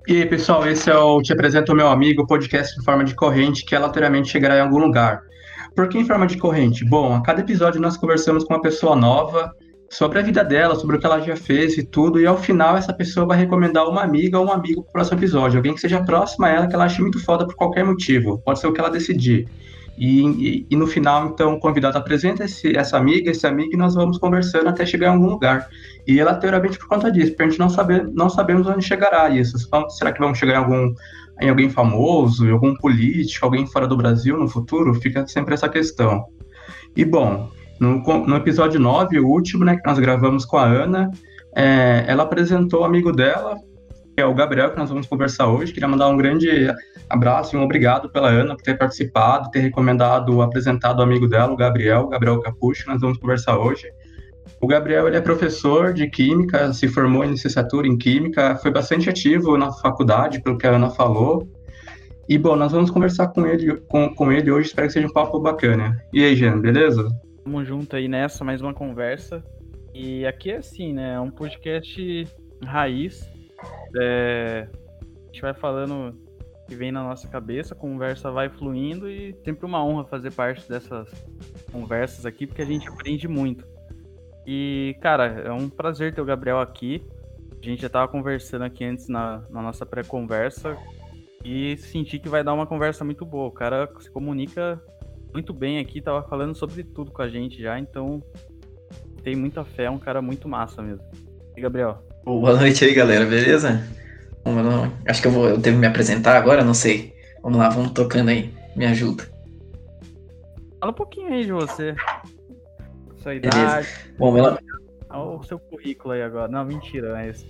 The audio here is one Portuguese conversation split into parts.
E aí, pessoal, esse é o Te Apresento o Meu Amigo, podcast em forma de corrente que aleatoriamente chegará em algum lugar. Por que em forma de corrente? Bom, a cada episódio nós conversamos com uma pessoa nova sobre a vida dela, sobre o que ela já fez e tudo, e ao final essa pessoa vai recomendar uma amiga ou um amigo para o próximo episódio, alguém que seja próximo a ela, que ela ache muito foda por qualquer motivo, pode ser o que ela decidir. E no final, então, o convidado apresenta essa amiga, esse amigo, e nós vamos conversando até chegar em algum lugar. E elaboradamente por conta disso, porque a gente não sabemos onde chegará isso. Será que vamos chegar em alguém famoso, em algum político, alguém fora do Brasil no futuro? Fica sempre essa questão. E bom, no episódio 9, o último, né, que nós gravamos com a Ana, ela apresentou o amigo dela, que é o Gabriel, que nós vamos conversar hoje. Queria mandar um grande abraço e um obrigado pela Ana por ter participado, ter recomendado, apresentado o amigo dela, o Gabriel Capucho, que nós vamos conversar hoje. O Gabriel, ele é professor de Química, se formou em licenciatura em Química, foi bastante ativo na faculdade, pelo que a Ana falou. E, bom, nós vamos conversar com ele hoje, espero que seja um papo bacana. E aí, Jean, beleza? Tamo junto aí nessa, mais uma conversa. E aqui é assim, né? É um podcast raiz. A gente vai falando o que vem na nossa cabeça, a conversa vai fluindo e sempre uma honra fazer parte dessas conversas aqui, porque a gente aprende muito. E, cara, é um prazer ter o Gabriel aqui. A gente já tava conversando aqui antes na nossa pré-conversa e senti que vai dar uma conversa muito boa. O cara se comunica muito bem aqui, tava falando sobre tudo com a gente já, então tem muita fé, é um cara muito massa mesmo. E Gabriel? Boa noite aí, galera, beleza? Acho que eu devo me apresentar agora, não sei. Vamos lá, vamos tocando aí, me ajuda. Fala um pouquinho aí de você, sua Beleza. idade. Bom, meu nome... Olha o seu currículo aí agora. Não, mentira, mas...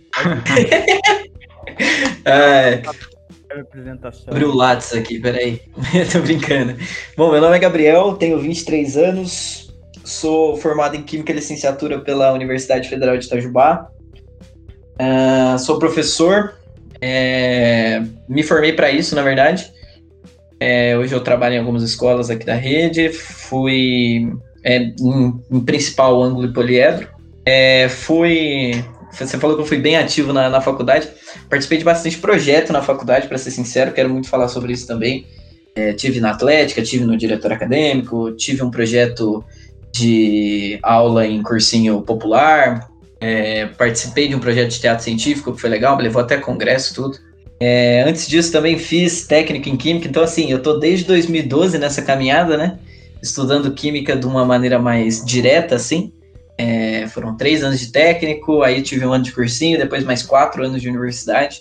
apresentação. Abriu o Lattes aqui, peraí. Tô brincando. Bom, meu nome é Gabriel, tenho 23 anos, sou formado em Química e Licenciatura pela Universidade Federal de Itajubá. Sou professor, me formei para isso, na verdade. Hoje eu trabalho em algumas escolas aqui da rede, fui em principal ângulo e poliedro. Você falou que eu fui bem ativo na faculdade, participei de bastante projeto na faculdade, para ser sincero, quero muito falar sobre isso também. Tive na Atlética, tive no diretor acadêmico, tive um projeto de aula em cursinho popular, participei de um projeto de teatro científico que foi legal, me levou até congresso, tudo. Antes disso também fiz técnico em química, então assim, eu tô desde 2012 nessa caminhada, né, estudando química de uma maneira mais direta, assim. Foram 3 anos de técnico, aí tive um ano de cursinho, depois mais 4 anos de universidade.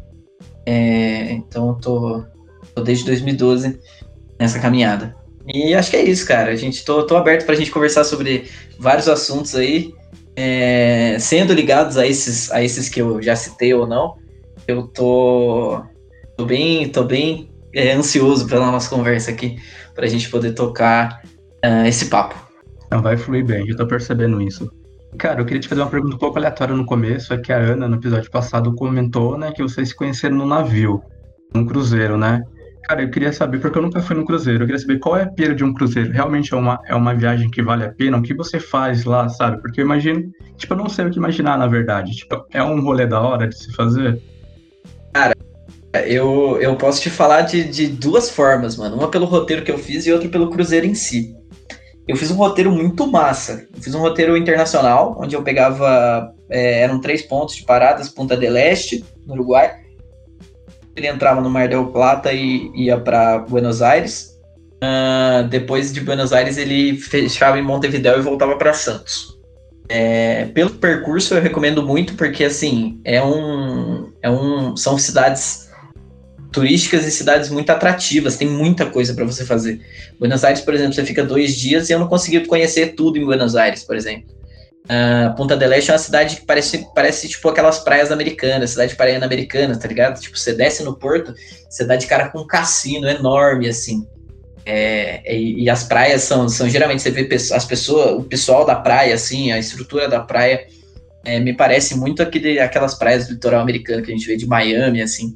Então tô desde 2012 nessa caminhada. E acho que é isso, cara. Tô aberto pra gente conversar sobre vários assuntos aí, sendo ligados a esses que eu já citei ou não. Eu tô bem ansioso pela nossa conversa aqui, pra gente poder tocar esse papo. Não, vai fluir bem, já tô percebendo isso. Cara, eu queria te fazer uma pergunta um pouco aleatória no começo, é que a Ana, no episódio passado, comentou, né, que vocês se conheceram no navio, num cruzeiro, né? Cara, eu queria saber, porque eu nunca fui num cruzeiro, eu queria saber qual é a pira de um cruzeiro. Realmente é uma viagem que vale a pena? O que você faz lá, sabe? Porque eu imagino, tipo, eu não sei o que imaginar, na verdade. Tipo, é um rolê da hora de se fazer? Cara, eu posso te falar de duas formas, mano. Uma pelo roteiro que eu fiz e outra pelo cruzeiro em si. Eu fiz um roteiro muito massa. Eu fiz um roteiro internacional, onde eu pegava... eram 3 pontos de paradas, Punta del Este, no Uruguai. Ele entrava no Mar del Plata e ia para Buenos Aires. Depois de Buenos Aires, ele fechava em Montevidéu e voltava para Santos. Pelo percurso, eu recomendo muito, porque, assim, são cidades turísticas e cidades muito atrativas, tem muita coisa para você fazer. Buenos Aires, por exemplo, você fica 2 dias e eu não consegui conhecer tudo em Buenos Aires, por exemplo. Punta del Este é uma cidade que parece tipo aquelas praias americanas, cidade de praia americana, tá ligado? Tipo, você desce no porto, você dá de cara com um cassino enorme, assim. E as praias são geralmente, você vê o pessoal da praia, assim, a estrutura da praia, me parece muito aquelas praias do litoral americano que a gente vê de Miami, assim.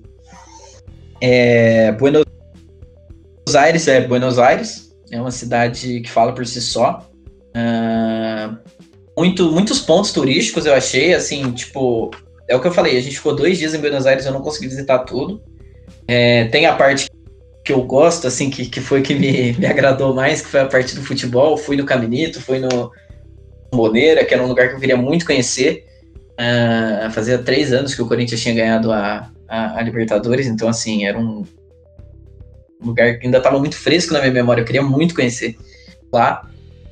Buenos Aires é uma cidade que fala por si só. Muitos pontos turísticos eu achei, assim, tipo, é o que eu falei, a gente ficou 2 dias em Buenos Aires, eu não consegui visitar tudo. Tem a parte que eu gosto, assim, que foi que me agradou mais, que foi a parte do futebol. Fui no Caminito, fui no Bombonera, que era um lugar que eu queria muito conhecer. Fazia 3 anos que o Corinthians tinha ganhado a Libertadores, então, assim, era um lugar que ainda estava muito fresco na minha memória, eu queria muito conhecer lá.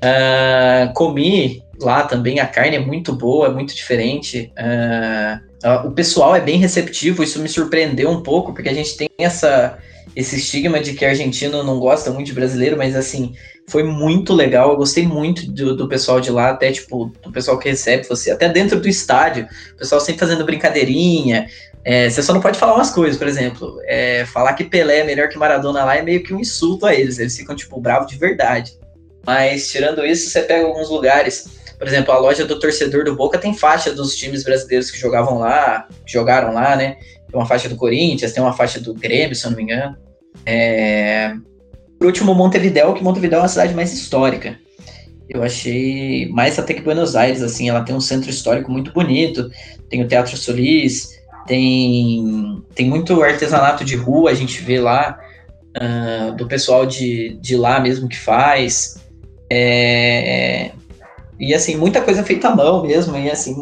Comi lá também, a carne é muito boa, é muito diferente. O pessoal é bem receptivo, isso me surpreendeu um pouco, porque a gente tem esse estigma de que argentino não gosta muito de brasileiro, mas assim, foi muito legal, eu gostei muito do pessoal de lá, até tipo, do pessoal que recebe você, até dentro do estádio, o pessoal sempre fazendo brincadeirinha. Você só não pode falar umas coisas, por exemplo, falar que Pelé é melhor que Maradona lá é meio que um insulto a eles ficam tipo bravos de verdade. Mas tirando isso, você pega alguns lugares, por exemplo, a loja do torcedor do Boca tem faixa dos times brasileiros que jogaram lá, né? Tem uma faixa do Corinthians, tem uma faixa do Grêmio, se eu não me engano. Por último, Montevidéu, que Montevidéu é uma cidade mais histórica. Eu achei mais até que Buenos Aires, assim, ela tem um centro histórico muito bonito, tem o Teatro Solís, tem muito artesanato de rua, a gente vê lá, do pessoal de lá mesmo que faz. E assim, muita coisa feita à mão mesmo, e assim,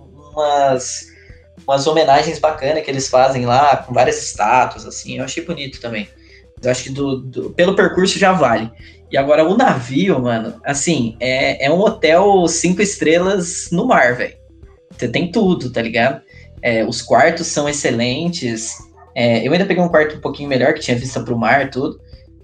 umas homenagens bacanas que eles fazem lá, com várias estátuas, assim, eu achei bonito também. Eu acho que pelo percurso já vale. E agora o navio, mano, assim, é um hotel 5 estrelas no mar, velho. Você tem tudo, tá ligado? Os quartos são excelentes. Eu ainda peguei um quarto um pouquinho melhor, que tinha vista pro mar e tudo.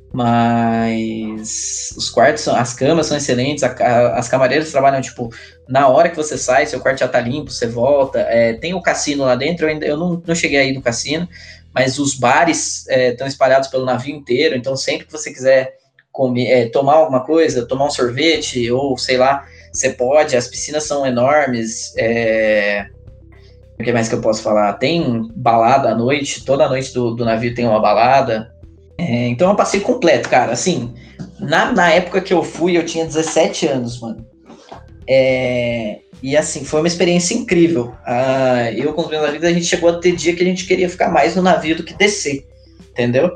Mas os quartos, as camas são excelentes, as camareiras trabalham, tipo, na hora que você sai, seu quarto já tá limpo, você volta. Tem o cassino lá dentro, eu não cheguei aí no cassino, mas os bares estão espalhados pelo navio inteiro, então sempre que você quiser comer, tomar alguma coisa, tomar um sorvete, ou sei lá, você pode. As piscinas são enormes. O que mais que eu posso falar? Tem balada à noite, toda noite do navio tem uma balada. Então é um passeio completo, cara. Assim, na época que eu fui, eu tinha 17 anos, mano. E assim, foi uma experiência incrível. Eu com os meus amigos, a gente chegou a ter dia que a gente queria ficar mais no navio do que descer, entendeu?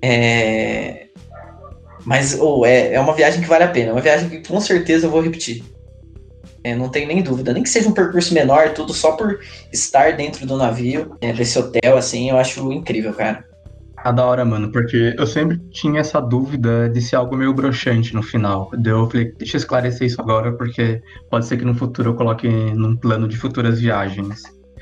Mas é uma viagem que vale a pena, é uma viagem que com certeza eu vou repetir. Não tenho nem dúvida, nem que seja um percurso menor, tudo só por estar dentro do navio, desse hotel, assim, eu acho incrível, cara. Da hora, mano, porque eu sempre tinha essa dúvida de ser algo meio broxante no final. Daí eu falei, deixa eu esclarecer isso agora, porque pode ser que no futuro eu coloque num plano de futuras viagens.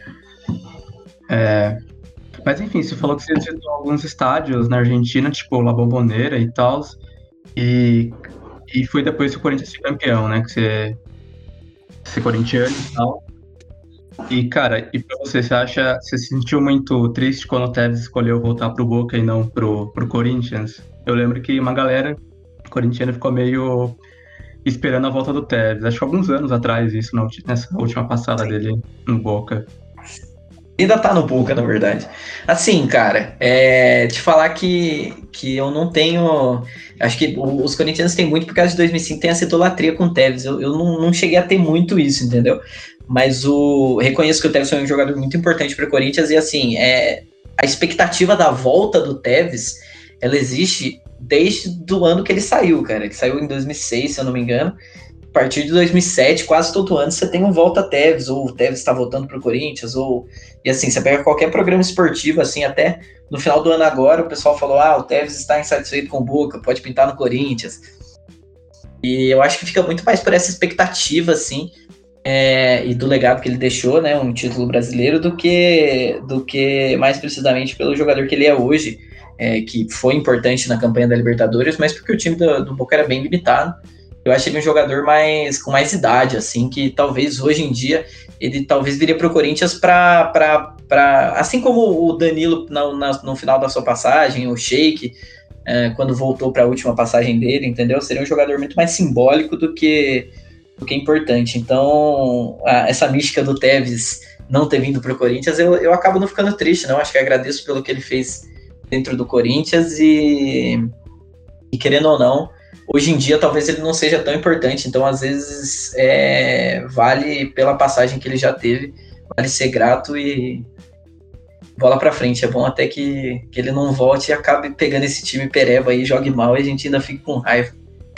Mas enfim, você falou que você visitou alguns estádios na Argentina, tipo La Bombonera e tal, e foi depois que o Corinthians foi campeão, né? Que você é corintiano e tal. E, cara, e pra você se sentiu muito triste quando o Tevez escolheu voltar pro Boca e não pro Corinthians? Eu lembro que uma galera corintiana ficou meio esperando a volta do Tevez. Acho que alguns anos atrás, isso, nessa última passada dele no Boca. Ainda tá no Boca, na verdade. Assim, cara, te falar que eu não tenho... Acho que os corintianos têm muito por causa de 2005, tem essa idolatria com o Tevez. Eu não cheguei a ter muito isso, entendeu? Mas reconheço que o Tevez foi um jogador muito importante para o Corinthians e, assim, a expectativa da volta do Tevez, ela existe desde o ano que ele saiu, cara. Ele saiu em 2006, se eu não me engano. A partir de 2007, quase todo ano, você tem um volta Tevez, ou o Tevez está voltando para o Corinthians, e assim, você pega qualquer programa esportivo, assim, até no final do ano agora, o pessoal falou, o Tevez está insatisfeito com o Boca, pode pintar no Corinthians. E eu acho que fica muito mais por essa expectativa, assim, e do legado que ele deixou, né, um título brasileiro, do que mais precisamente pelo jogador que ele é hoje, que foi importante na campanha da Libertadores, mas porque o time do Boca era bem limitado. Eu acho ele um jogador com mais idade, assim, que talvez hoje em dia ele talvez viria para o Corinthians para assim como o Danilo no final da sua passagem, o Sheik, quando voltou para a última passagem dele, entendeu? Seria um jogador muito mais simbólico do que importante. Então, essa mística do Tevez não ter vindo para o Corinthians, eu acabo não ficando triste, não. Acho que agradeço pelo que ele fez dentro do Corinthians e querendo ou não, hoje em dia talvez ele não seja tão importante. Então, às vezes, vale pela passagem que ele já teve, vale ser grato e bola pra frente. É bom até que ele não volte e acabe pegando esse time pereba aí, jogue mal e a gente ainda fique com raiva.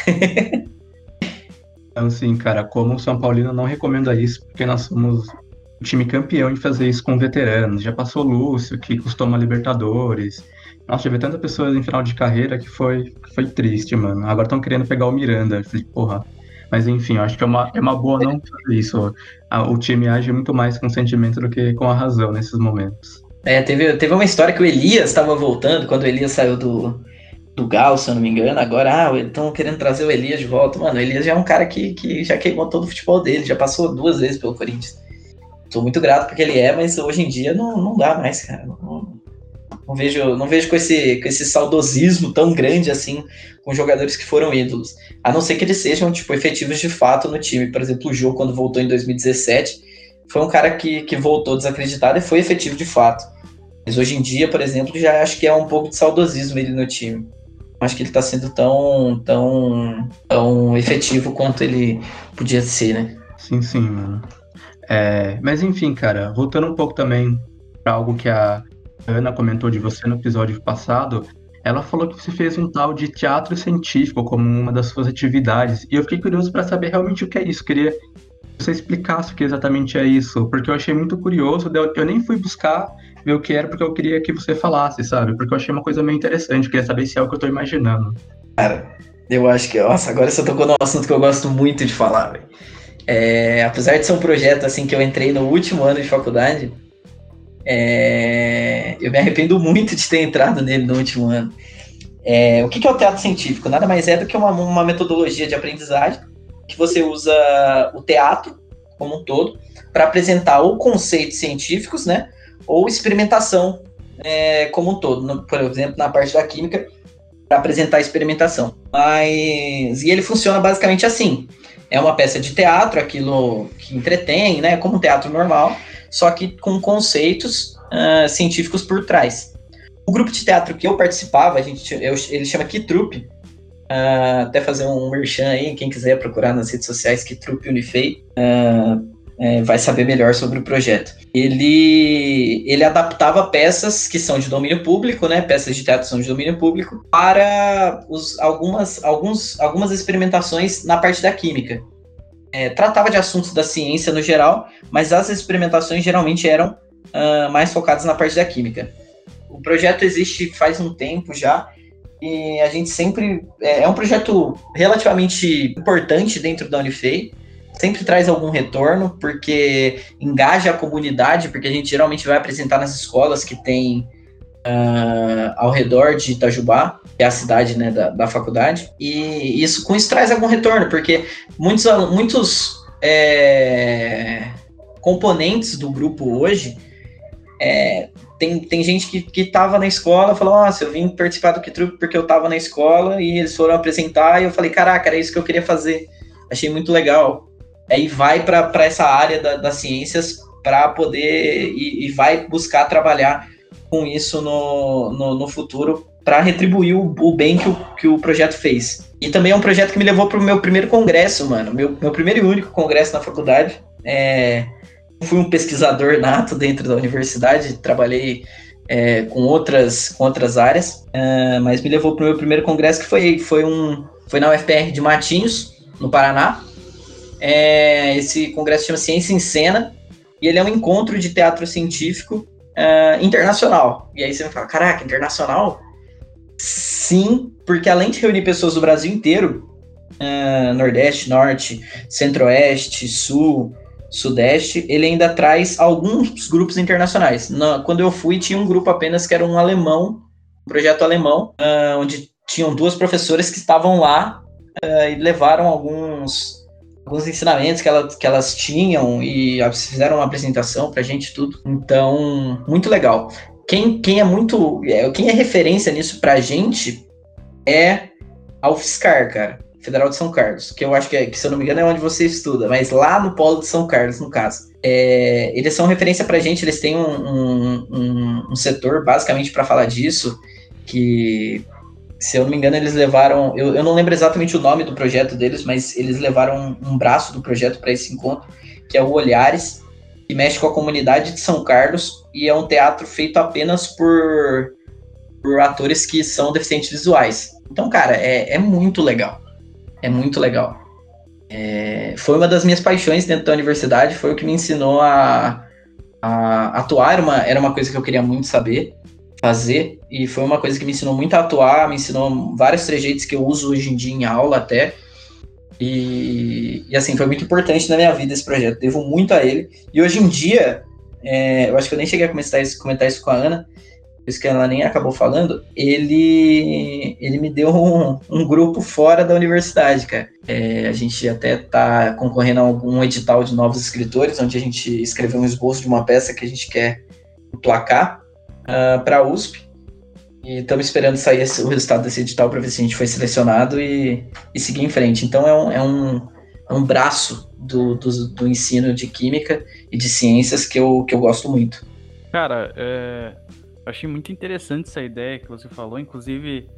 Então, assim, cara, como São Paulino, não recomendo isso, porque nós somos o time campeão de fazer isso com veteranos. Já passou o Lúcio, que custou uma Libertadores. Nossa, já vi tantas pessoas em final de carreira que foi triste, mano. Agora estão querendo pegar o Miranda. Eu falei, porra. Mas enfim, eu acho que é uma boa não fazer isso. O time age muito mais com sentimento do que com a razão nesses momentos. Teve uma história que o Elias estava voltando, quando o Elias saiu do Galo, se eu não me engano. Agora, estão querendo trazer o Elias de volta. Mano, o Elias já é um cara que já queimou todo o futebol dele, já passou 2 vezes pelo Corinthians. Sou muito grato porque ele mas hoje em dia não dá mais, cara. Não vejo com esse saudosismo tão grande assim com jogadores que foram ídolos. A não ser que eles sejam, tipo, efetivos de fato no time. Por exemplo, o Jô, quando voltou em 2017, foi um cara que voltou desacreditado e foi efetivo de fato. Mas hoje em dia, por exemplo, já acho que é um pouco de saudosismo ele no time. Acho que ele tá sendo tão efetivo quanto ele podia ser, né? Sim, mano. Mas enfim, cara, voltando um pouco também para algo que a Ana comentou de você no episódio passado, ela falou que você fez um tal de teatro científico como uma das suas atividades, e eu fiquei curioso para saber realmente o que é isso. Queria que você explicasse o que exatamente é isso, porque eu achei muito curioso. Eu nem fui buscar ver o que era, porque eu queria que você falasse, sabe? Porque eu achei uma coisa meio interessante, eu queria saber se é o que eu tô imaginando. Cara, eu acho que... Nossa, agora você tocou num assunto que eu gosto muito de falar, velho. Apesar de ser um projeto assim que eu entrei no último ano de faculdade, eu me arrependo muito de ter entrado nele no último ano. O que é o teatro científico? Nada mais é do que uma metodologia de aprendizagem que você usa o teatro como um todo para apresentar ou conceitos científicos, né, ou experimentação como um todo. Por exemplo, na parte da química, para apresentar a experimentação. E ele funciona basicamente assim. É uma peça de teatro, aquilo que entretém, né, como um teatro normal, só que com conceitos científicos por trás. O grupo de teatro que eu participava, ele chama Kitrup, até fazer um merchan aí, quem quiser procurar nas redes sociais, Kitrup Unifei, vai saber melhor sobre o projeto. Ele adaptava peças que são de domínio público, né, peças de teatro são de domínio público, para algumas experimentações na parte da química. Tratava de assuntos da ciência no geral, mas as experimentações geralmente eram mais focadas na parte da química. O projeto existe faz um tempo já, e a gente sempre... É um projeto relativamente importante dentro da Unifei, sempre traz algum retorno, porque engaja a comunidade, porque a gente geralmente vai apresentar nas escolas que tem ao redor de Itajubá, que é a cidade, né, da faculdade, e com isso traz algum retorno, porque muitos componentes do grupo hoje, tem gente que estava na escola, falou, nossa, eu vim participar do Kitrup porque eu estava na escola, e eles foram apresentar, e eu falei, caraca, era isso que eu queria fazer, achei muito legal. Aí vai para essa área das ciências para poder, e vai buscar trabalhar com isso no futuro para retribuir o bem que o projeto fez. E também é um projeto que me levou para o meu primeiro congresso, mano, meu primeiro e único congresso na faculdade. Fui um pesquisador nato dentro da universidade, trabalhei com outras áreas, mas me levou para o meu primeiro congresso, que foi na UFPR de Matinhos, no Paraná. Esse congresso chama Ciência em Cena, e ele é um encontro de teatro científico internacional. E aí você vai falar, caraca, internacional? Sim, porque além de reunir pessoas do Brasil inteiro, Nordeste, Norte, Centro-Oeste, Sul, Sudeste, ele ainda traz alguns grupos internacionais. Quando eu fui, tinha um grupo apenas que era um alemão, um projeto alemão, onde tinham 2 professoras que estavam lá e levaram alguns ensinamentos que elas tinham e fizeram uma apresentação pra gente, tudo. Então, muito legal. Quem é referência nisso pra gente é a UFSCar, cara, Federal de São Carlos, que eu acho que, se eu não me engano, é onde você estuda, mas lá no Polo de São Carlos, no caso. Eles são referência pra gente, eles têm um setor basicamente para falar disso, que, se eu não me engano, eles levaram... Eu não lembro exatamente o nome do projeto deles, mas eles levaram um braço do projeto para esse encontro, que é o Olhares. que mexe com a comunidade de São Carlos, e é um teatro feito apenas por atores que são deficientes visuais. Então, cara, é muito legal. É muito legal. Foi uma das minhas paixões dentro da universidade, foi o que me ensinou a atuar, era uma coisa que eu queria muito saber fazer, e foi uma coisa que me ensinou muito a atuar, me ensinou vários trejeitos que eu uso hoje em dia em aula até, e assim, foi muito importante na minha vida esse projeto, devo muito a ele, e hoje em dia, eu acho que eu nem cheguei a comentar isso com a Ana, por isso que ela nem acabou falando, ele me deu um grupo fora da universidade, cara. A gente até tá concorrendo a algum edital de novos escritores, onde a gente escreveu um esboço de uma peça que a gente quer emplacar para a USP. E estamos esperando sair o resultado desse edital para ver se a gente foi selecionado e seguir em frente. Então é um braço do ensino de química e de ciências que eu gosto muito. Cara, eu achei muito interessante essa ideia que você falou, inclusive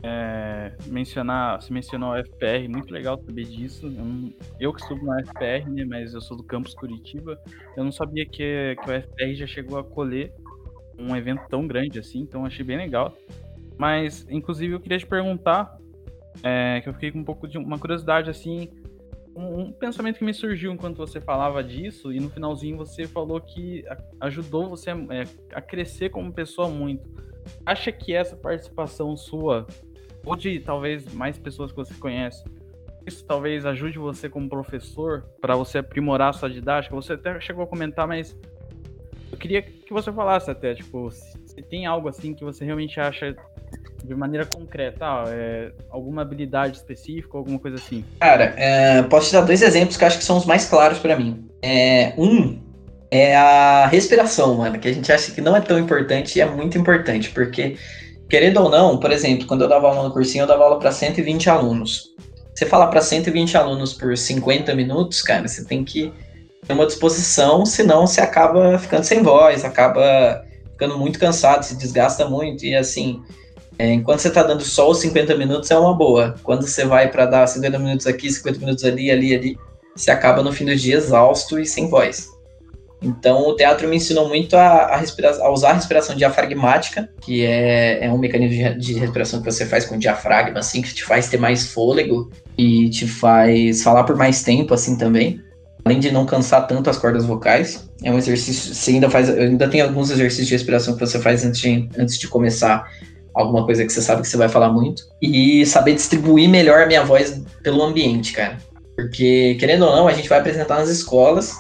você mencionou a FPR, muito legal saber disso. Eu que estudo na FPR, né, mas eu sou do campus Curitiba, eu não sabia que o FPR já chegou a acolher um evento tão grande assim, então achei bem legal. Mas, inclusive, eu queria te perguntar, que eu fiquei com um pouco de uma curiosidade, assim, um pensamento que me surgiu enquanto você falava disso, e no finalzinho você falou que ajudou você a crescer como pessoa muito. Acha que essa participação sua, ou de talvez mais pessoas que você conhece, isso talvez ajude você como professor para você aprimorar a sua didática? Você até chegou a comentar, mas eu queria que você falasse até, tipo, se tem algo assim que você realmente acha de maneira concreta, alguma habilidade específica, alguma coisa assim. Cara, posso te dar 2 exemplos que eu acho que são os mais claros para mim. Um é a respiração, mano, que a gente acha que não é tão importante e é muito importante, porque, querendo ou não, por exemplo, quando eu dava aula no cursinho, eu dava aula para 120 alunos. Você falar para 120 alunos por 50 minutos, cara, você tem que ter uma disposição, senão você acaba ficando sem voz, acaba ficando muito cansado, se desgasta muito, e assim, enquanto você tá dando só os 50 minutos é uma boa. Quando você vai para dar 50 minutos aqui, 50 minutos ali, você acaba no fim do dia exausto e sem voz. Então, o teatro me ensinou muito a usar a respiração diafragmática, que é um mecanismo de respiração que você faz com o diafragma, assim, que te faz ter mais fôlego e te faz falar por mais tempo, assim, também. Além de não cansar tanto as cordas vocais. É um exercício, você ainda tem alguns exercícios de respiração que você faz antes de começar alguma coisa que você sabe que você vai falar muito. E saber distribuir melhor a minha voz pelo ambiente, cara. Porque, querendo ou não, a gente vai apresentar nas escolas.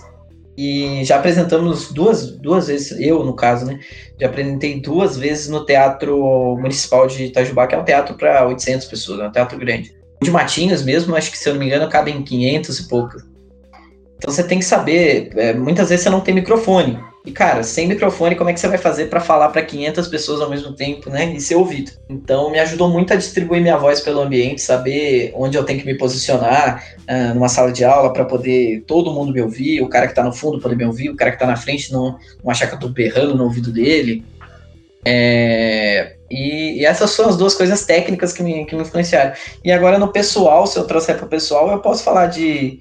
E já apresentamos duas vezes, eu no caso, né? Já apresentei 2 vezes no Teatro Municipal de Itajubá, que é um teatro para 800 pessoas, é um teatro grande. De Matinhos mesmo, acho que, se eu não me engano, cabem 500 e pouco. Então você tem que saber, muitas vezes você não tem microfone. E, cara, sem microfone, como é que você vai fazer para falar para 500 pessoas ao mesmo tempo, né? E ser ouvido. Então, me ajudou muito a distribuir minha voz pelo ambiente, saber onde eu tenho que me posicionar numa sala de aula para poder todo mundo me ouvir, o cara que tá no fundo poder me ouvir, o cara que tá na frente não achar que eu tô berrando no ouvido dele. E essas são as 2 coisas técnicas que me influenciaram. E agora, no pessoal, se eu trouxer pro pessoal, eu posso falar de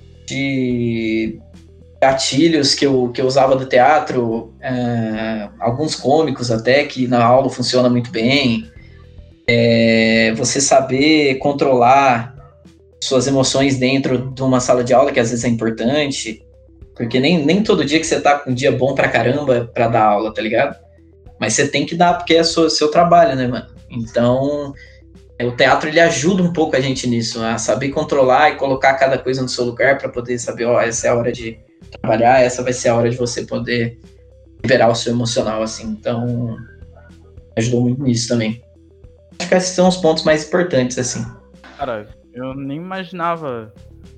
gatilhos que eu usava do teatro, alguns cômicos até, que na aula funciona muito bem. Você saber controlar suas emoções dentro de uma sala de aula, que às vezes é importante, porque nem todo dia que você tá com um dia bom pra caramba pra dar aula, tá ligado? Mas você tem que dar, porque é seu trabalho, né, mano? Então, o teatro, ele ajuda um pouco a gente nisso, a saber controlar e colocar cada coisa no seu lugar para poder saber, essa é a hora de trabalhar, essa vai ser a hora de você poder liberar o seu emocional, assim. Então, ajudou muito nisso também. Acho que esses são os pontos mais importantes, assim. Cara, eu nem imaginava,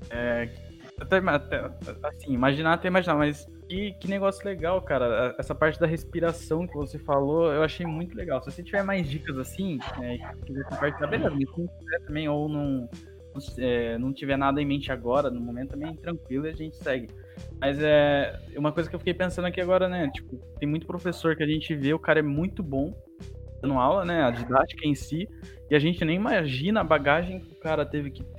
imaginava, mas que negócio legal, cara. Essa parte da respiração que você falou, eu achei muito legal. Se você tiver mais dicas assim, quiser compartilhar, beleza. Se não quiser também, ou não tiver nada em mente agora, no momento também, tranquilo, e a gente segue. Mas uma coisa que eu fiquei pensando aqui agora, né? Tipo, tem muito professor que a gente vê, o cara é muito bom dando aula, né? A didática em si, e a gente nem imagina a bagagem que o cara teve que ter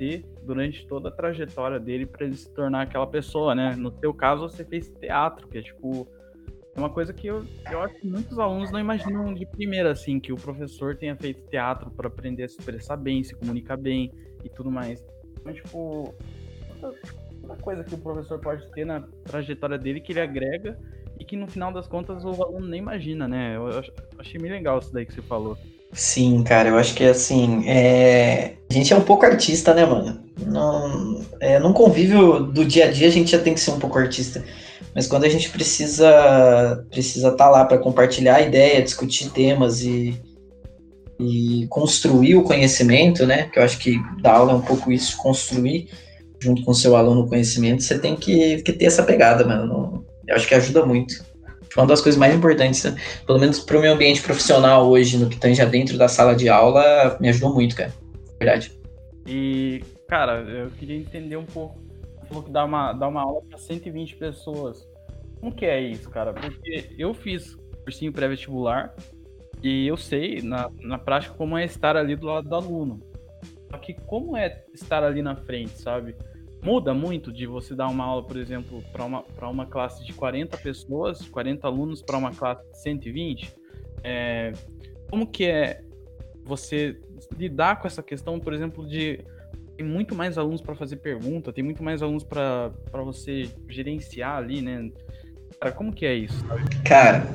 durante toda a trajetória dele para ele se tornar aquela pessoa, né? No teu caso, você fez teatro, que é tipo é uma coisa que eu acho que muitos alunos não imaginam de primeira, assim, que o professor tenha feito teatro para aprender a se expressar bem, se comunicar bem e tudo mais. Então, tipo, toda coisa que o professor pode ter na trajetória dele que ele agrega e que no final das contas o aluno nem imagina, né? Eu achei bem legal isso daí que você falou. Sim, cara, eu acho que assim, a gente é um pouco artista, né, mano? Num convívio do dia a dia a gente já tem que ser um pouco artista. Mas quando a gente precisa estar lá para compartilhar ideia, discutir temas e construir o conhecimento, né? Que eu acho que dar aula é um pouco isso, construir junto com o seu aluno o conhecimento, você tem que ter essa pegada, mano. Eu acho que ajuda muito. Uma das coisas mais importantes, pelo menos pro meu ambiente profissional hoje, no que tange dentro da sala de aula, me ajudou muito, cara. Verdade. E, cara, eu queria entender um pouco. Você falou que dá uma aula para 120 pessoas. Como que é isso, cara? Porque eu fiz cursinho pré-vestibular e eu sei, na prática, como é estar ali do lado do aluno. Só que como é estar ali na frente, sabe? Muda muito de você dar uma aula, por exemplo, para uma classe de 40 pessoas, 40 alunos, para uma classe de 120. Como que é você lidar com essa questão, por exemplo, de tem muito mais alunos para fazer pergunta, tem muito mais alunos para você gerenciar ali, né? Cara, como que é isso? Cara,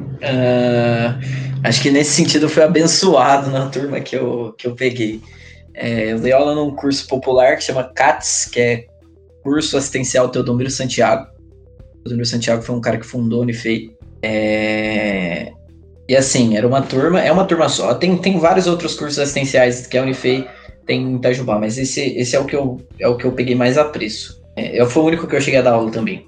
acho que nesse sentido eu fui abençoado na turma que eu peguei. Eu dei aula num curso popular que chama CATS, que é Curso Assistencial Teodomiro Santiago. Teodomiro Santiago foi um cara que fundou a Unifei. E assim, é uma turma só. Tem vários outros cursos assistenciais que a Unifei tem em Itajubá, mas esse é o que eu peguei mais apreço. Foi o único que eu cheguei a dar aula também.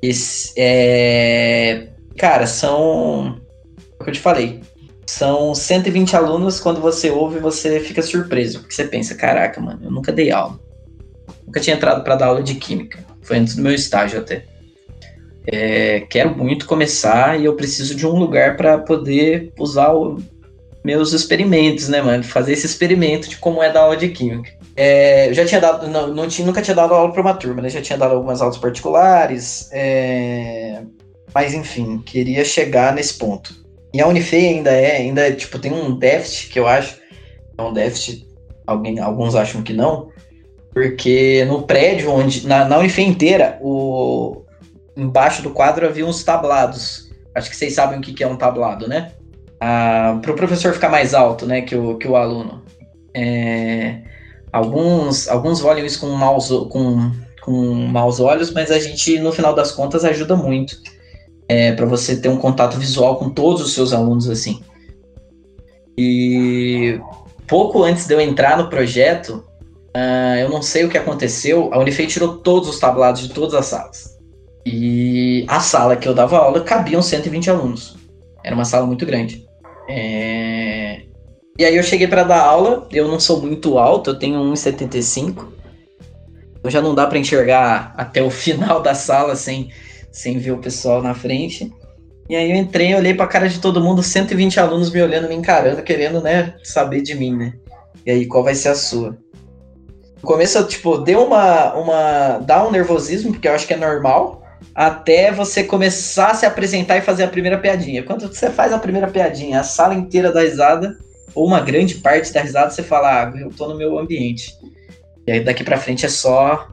Cara, são... É o que eu te falei. São 120 alunos, quando você ouve, você fica surpreso. Porque você pensa, caraca, mano, eu nunca dei aula. Nunca tinha entrado para dar aula de química. Foi antes do meu estágio até. Quero muito começar e eu preciso de um lugar para poder usar meus experimentos, né, mano? Fazer esse experimento de como é dar aula de química. Eu já tinha dado, nunca tinha dado aula para uma turma, né? Já tinha dado algumas aulas particulares, mas enfim, queria chegar nesse ponto. E a Unifei ainda tipo, tem um déficit que eu acho, é um déficit, alguns acham que não, porque no prédio na Unifei inteira, embaixo do quadro havia uns tablados. Acho que vocês sabem o que é um tablado, né? Para o professor ficar mais alto, né, que o aluno. Alguns olham isso com maus olhos, mas a gente, no final das contas, ajuda muito. Para você ter um contato visual com todos os seus alunos, assim. E pouco antes de eu entrar no projeto, eu não sei o que aconteceu, a Unifei tirou todos os tablados de todas as salas. E a sala que eu dava aula cabiam 120 alunos. Era uma sala muito grande. E aí eu cheguei para dar aula, eu não sou muito alto, eu tenho 1,75. Então já não dá para enxergar até o final da sala sem ver o pessoal na frente. E aí eu entrei, olhei pra cara de todo mundo, 120 alunos me olhando, me encarando, querendo, né, saber de mim, né? E aí, qual vai ser a sua? No começo, tipo, deu dá um nervosismo, porque eu acho que é normal, até você começar a se apresentar e fazer a primeira piadinha. Quando você faz a primeira piadinha, a sala inteira dá risada, ou uma grande parte da risada, você fala, eu tô no meu ambiente. E aí daqui pra frente é só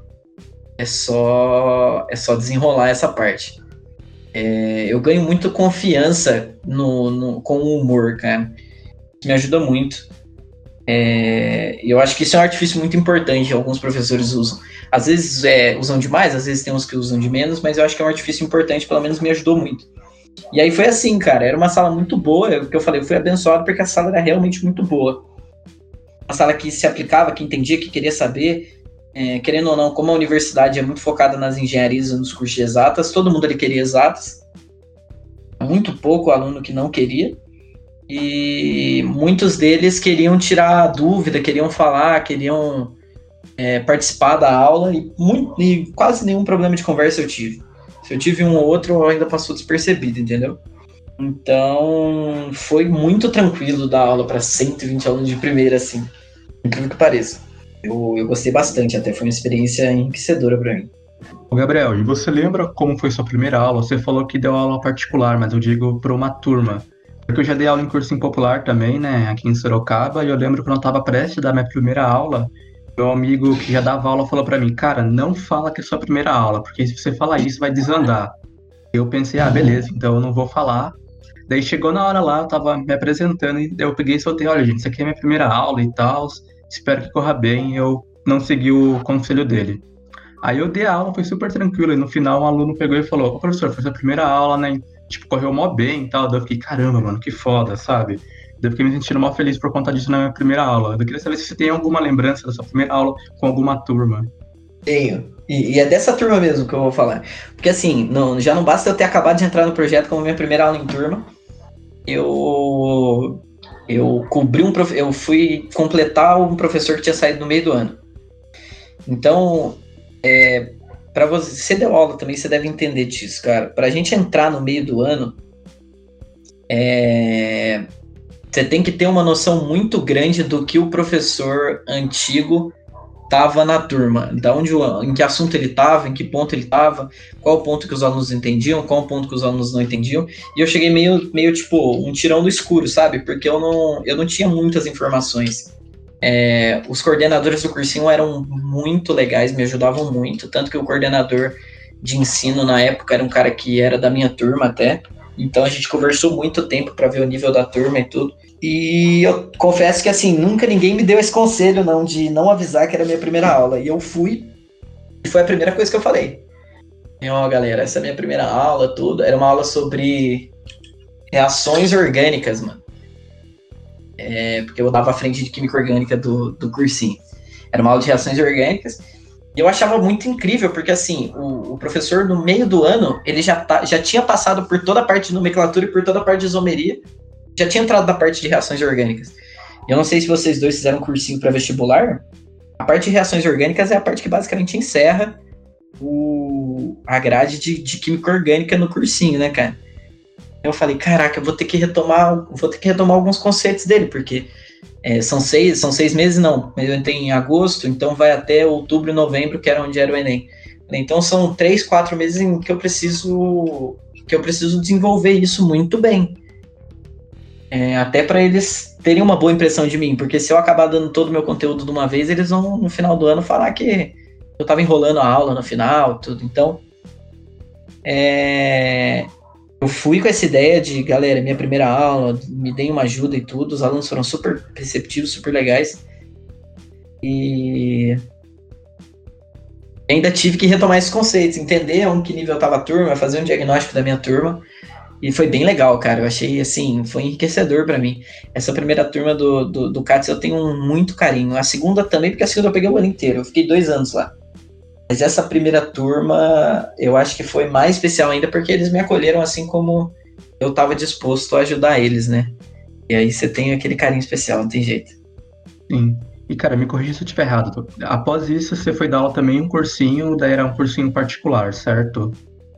desenrolar essa parte. Eu ganho muito confiança com o humor, cara. Isso me ajuda muito. Eu acho que isso é um artifício muito importante. Alguns professores usam. Às vezes usam demais, às vezes tem uns que usam de menos, mas eu acho que é um artifício importante, pelo menos me ajudou muito. E aí foi assim, cara, era uma sala muito boa, o que eu falei, eu fui abençoado porque a sala era realmente muito boa. Uma sala que se aplicava, que entendia, que queria saber. Querendo ou não, como a universidade é muito focada nas engenharias e nos cursos de exatas, todo mundo ali queria exatas. Muito pouco aluno que não queria. E muitos deles queriam tirar dúvida, queriam falar, queriam participar da aula e quase nenhum problema de conversa eu tive. Se eu tive um ou outro, ainda passou despercebido, entendeu? Então, foi muito tranquilo dar aula para 120 alunos de primeira, assim. Incrível que pareça. Eu gostei bastante, até foi uma experiência enriquecedora para mim. Ô, Gabriel, e você lembra como foi sua primeira aula? Você falou que deu aula particular, mas eu digo para uma turma. Porque eu já dei aula em cursinho popular também, né, aqui em Sorocaba, e eu lembro quando eu estava prestes a dar minha primeira aula, meu amigo que já dava aula falou para mim, cara, não fala que é sua primeira aula, porque se você falar isso vai desandar. Eu pensei, beleza, então eu não vou falar. Daí chegou na hora lá, eu tava me apresentando, e eu peguei e soltei, olha, gente, isso aqui é minha primeira aula e tal, espero que corra bem, eu não segui o conselho dele. Aí eu dei a aula, foi super tranquilo. E no final, um aluno pegou e falou: Ô, professor, foi sua primeira aula, né? Tipo, correu mó bem e tal. Daí eu fiquei: caramba, mano, que foda, sabe? Daí eu fiquei me sentindo mó feliz por conta disso na minha primeira aula. Eu queria saber se você tem alguma lembrança da sua primeira aula com alguma turma. Tenho. E é dessa turma mesmo que eu vou falar. Porque assim, já não basta eu ter acabado de entrar no projeto como minha primeira aula em turma. Eu cobri eu fui completar um professor que tinha saído no meio do ano. Então, para você deu aula também, você deve entender disso, cara. Pra gente entrar no meio do ano, você tem que ter uma noção muito grande do que o professor antigo estava na turma, em que assunto ele estava, em que ponto ele estava, qual o ponto que os alunos entendiam, qual o ponto que os alunos não entendiam. E eu cheguei meio tipo um tirão do escuro, sabe? Porque eu não tinha muitas informações. Os coordenadores do cursinho eram muito legais, me ajudavam muito, tanto que o coordenador de ensino na época era um cara que era da minha turma até. Então a gente conversou muito tempo para ver o nível da turma e tudo. E eu confesso que assim, nunca ninguém me deu esse conselho não de não avisar que era a minha primeira aula. E eu fui, e foi a primeira coisa que eu falei. Ó, galera, essa é a minha primeira aula, tudo. Era uma aula sobre reações orgânicas, mano. Porque eu dava a frente de química orgânica do cursinho. Era uma aula de reações orgânicas. E eu achava muito incrível, porque assim, o professor no meio do ano, ele já tinha passado por toda a parte de nomenclatura e por toda a parte de isomeria, já tinha entrado na parte de reações orgânicas. Eu não sei se vocês dois fizeram um cursinho para vestibular, a parte de reações orgânicas é a parte que basicamente encerra a grade de química orgânica no cursinho, né, cara? Eu falei, caraca, eu vou ter que retomar alguns conceitos dele, porque são 6 meses, não. Eu entrei em agosto, então vai até outubro e novembro, que era onde era o Enem. Então são 3, 4 meses em que eu preciso desenvolver isso muito bem. Até para eles terem uma boa impressão de mim, porque se eu acabar dando todo o meu conteúdo de uma vez, eles vão no final do ano falar que eu estava enrolando a aula no final, tudo. Então, eu fui com essa ideia de, galera, minha primeira aula, me deem uma ajuda e tudo. Os alunos foram super receptivos, super legais. E ainda tive que retomar esses conceitos, entender em que nível estava a turma, fazer um diagnóstico da minha turma. E foi bem legal, cara. Eu achei, assim, foi enriquecedor para mim. Essa primeira turma do CATS eu tenho muito carinho. A segunda também, porque a segunda eu peguei o ano inteiro. Eu fiquei 2 anos lá. Mas essa primeira turma, eu acho que foi mais especial ainda, porque eles me acolheram assim como eu estava disposto a ajudar eles, né? E aí você tem aquele carinho especial, não tem jeito. Sim. E, cara, me corrija se eu estiver errado. Após isso, você foi dar aula também em um cursinho, daí era um cursinho particular, certo?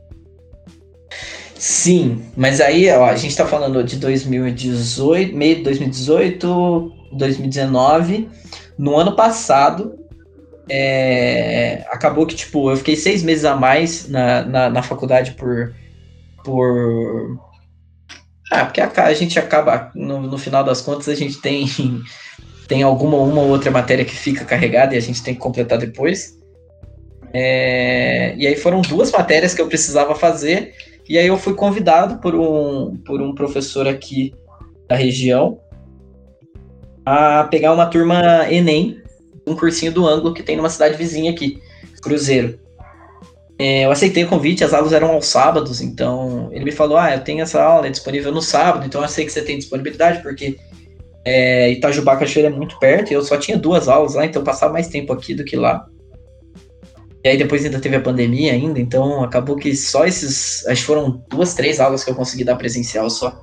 Sim, mas aí, ó, a gente tá falando de 2018, meio de 2018, 2019. No ano passado, acabou que, tipo, eu fiquei 6 meses a mais na faculdade porque a gente acaba, no final das contas, a gente tem uma ou outra matéria que fica carregada e a gente tem que completar depois. E aí foram 2 matérias que eu precisava fazer, e aí eu fui convidado por um professor aqui da região a pegar uma turma Enem, um cursinho do Ângulo que tem numa cidade vizinha aqui, Cruzeiro. Eu aceitei o convite, as aulas eram aos sábados, então ele me falou, eu tenho essa aula, é disponível no sábado, então eu sei que você tem disponibilidade, porque Itajubá Cachoeira é muito perto, e eu só tinha 2 aulas lá, então eu passava mais tempo aqui do que lá. E aí depois ainda teve a pandemia ainda, então acabou que só acho que foram 2, 3 aulas que eu consegui dar presencial só.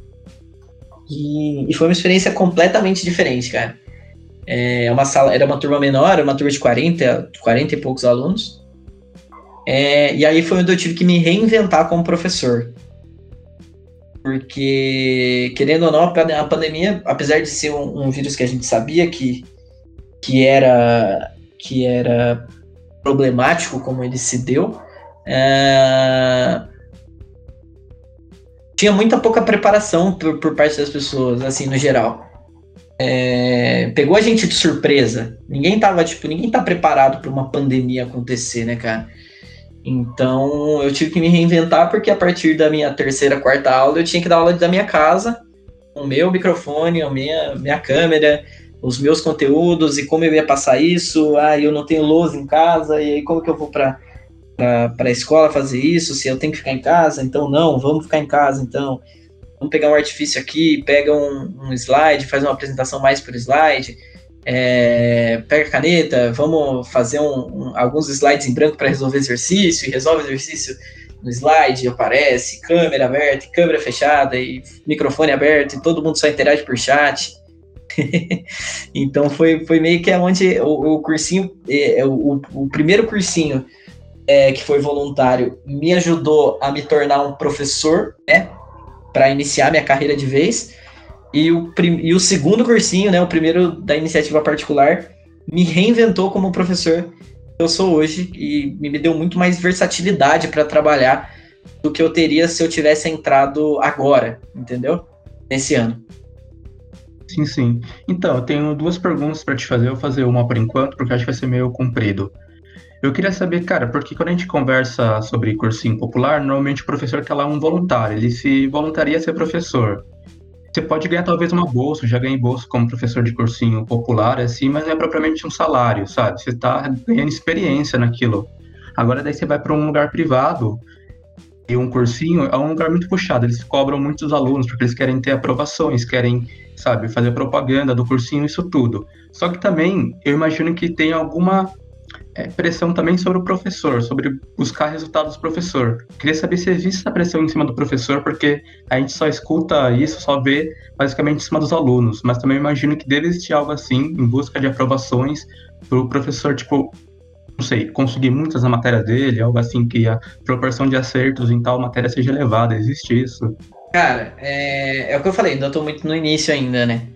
E foi uma experiência completamente diferente, cara. Era uma turma menor, era uma turma de 40 e poucos alunos. E aí foi onde eu tive que me reinventar como professor. Porque, querendo ou não, a pandemia, apesar de ser um vírus que a gente sabia que que era problemático como ele se deu, tinha muita pouca preparação por parte das pessoas, assim, no geral. Pegou a gente de surpresa. Ninguém tá preparado para uma pandemia acontecer, né, cara? Então, eu tive que me reinventar, porque a partir da minha terceira, quarta aula, eu tinha que dar aula da minha casa, com o meu microfone, a minha câmera, os meus conteúdos, e como eu ia passar isso. Eu não tenho lousa em casa, e aí como que eu vou para a escola fazer isso, se eu tenho que ficar em casa? Então, não, vamos ficar em casa, então. Vamos pegar um artifício aqui, pega um slide, faz uma apresentação mais por slide, pega a caneta, vamos fazer alguns slides em branco para resolver exercício, e resolve o exercício no slide, aparece câmera aberta, câmera fechada, e microfone aberto, e todo mundo só interage por chat. Então foi meio que onde o cursinho, o primeiro cursinho que foi voluntário, me ajudou a me tornar um professor, né, para iniciar minha carreira de vez. E o segundo cursinho, né, o primeiro da iniciativa particular, me reinventou como professor que eu sou hoje, e me deu muito mais versatilidade para trabalhar do que eu teria se eu tivesse entrado agora, entendeu? Nesse ano. Sim. Então, eu tenho 2 perguntas para te fazer. Eu vou fazer uma por enquanto, porque acho que vai ser meio comprido. Eu queria saber, cara, porque quando a gente conversa sobre cursinho popular, normalmente o professor quer lá um voluntário, ele se voluntaria a ser professor. Você pode ganhar talvez uma bolsa, já ganhei bolsa como professor de cursinho popular, assim, mas não é propriamente um salário, sabe? Você está ganhando experiência naquilo. Agora daí você vai para um lugar privado, e um cursinho é um lugar muito puxado, eles cobram muitos alunos, porque eles querem ter aprovações, querem, sabe, fazer propaganda do cursinho, isso tudo. Só que também, eu imagino que tem alguma pressão também sobre o professor, sobre buscar resultados do professor. Queria saber se existe essa pressão em cima do professor, porque a gente só escuta isso, só vê basicamente em cima dos alunos, mas também imagino que deve existir algo assim, em busca de aprovações, para o professor, tipo, não sei, conseguir muitas na matéria dele, algo assim que a proporção de acertos em tal matéria seja elevada. Existe isso? Cara, é o que eu falei, ainda estou muito no início ainda, né?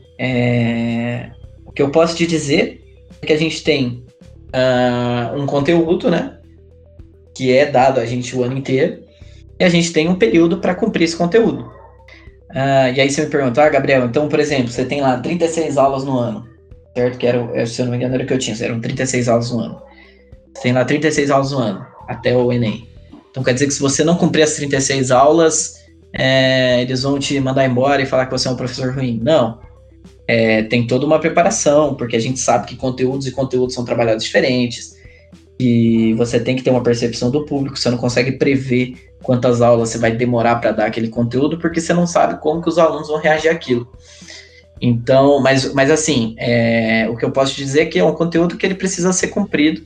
O que eu posso te dizer é que a gente tem um conteúdo, né, que é dado a gente o ano inteiro, e a gente tem um período para cumprir esse conteúdo. E aí você me pergunta, Gabriel, então, por exemplo, você tem lá 36 aulas no ano, certo? Que se eu não me engano, era o que eu tinha, eram 36 aulas no ano. Você tem lá 36 aulas no ano, até o Enem. Então quer dizer que se você não cumprir as 36 aulas, eles vão te mandar embora e falar que você é um professor ruim. Não. Tem toda uma preparação, porque a gente sabe que conteúdos e conteúdos são trabalhados diferentes, e você tem que ter uma percepção do público. Você não consegue prever quantas aulas você vai demorar para dar aquele conteúdo, porque você não sabe como que os alunos vão reagir àquilo. Então, mas assim, o que eu posso te dizer é que é um conteúdo que ele precisa ser cumprido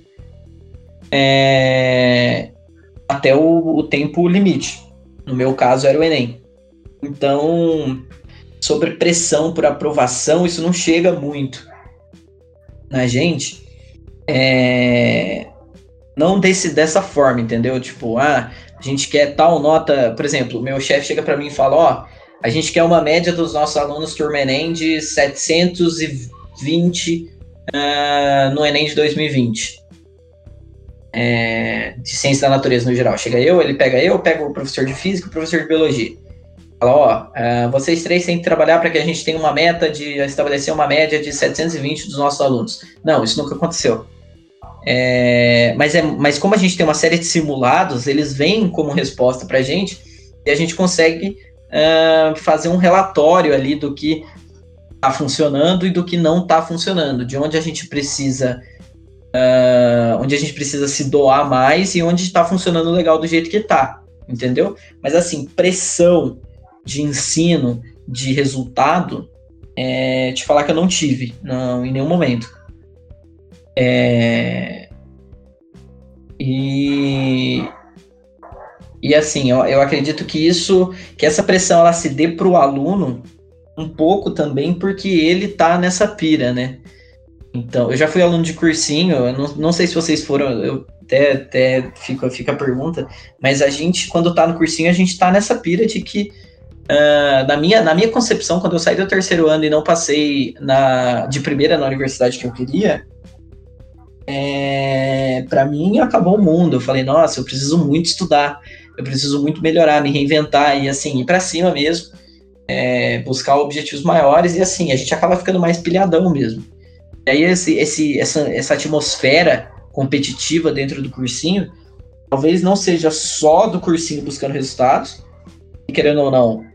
até o tempo limite. No meu caso, era o Enem. Então, sobre pressão por aprovação, isso não chega muito na gente, não dessa forma, entendeu? Tipo, a gente quer tal nota, por exemplo, o meu chefe chega para mim e fala, a gente quer uma média dos nossos alunos turma Enem de 720 no Enem de 2020. De ciência da natureza no geral. Chega ele pega eu pego o professor de física e o professor de biologia. Fala, vocês 3 têm que trabalhar para que a gente tenha uma meta de estabelecer uma média de 720 dos nossos alunos. Não, isso nunca aconteceu. Mas como a gente tem uma série de simulados, eles vêm como resposta para a gente, e a gente consegue fazer um relatório ali do que está funcionando e do que não está funcionando, de onde a gente precisa se doar mais e onde está funcionando legal do jeito que está, entendeu? Mas assim, pressão de ensino, de resultado, te falar que eu não tive, não, em nenhum momento. E assim, eu acredito que essa pressão ela se dê para o aluno um pouco também porque ele tá nessa pira, né? Então, eu já fui aluno de cursinho, eu não sei se vocês foram, eu até fica a pergunta, mas a gente, quando tá no cursinho, a gente tá nessa pira de que na minha concepção, quando eu saí do terceiro ano e não passei de primeira na universidade que eu queria, para mim acabou o mundo. Eu falei, nossa, eu preciso muito estudar, eu preciso muito melhorar, me reinventar e assim, ir para cima mesmo, buscar objetivos maiores e assim, a gente acaba ficando mais pilhadão mesmo. E aí essa atmosfera competitiva dentro do cursinho, talvez não seja só do cursinho buscando resultados, e querendo ou não,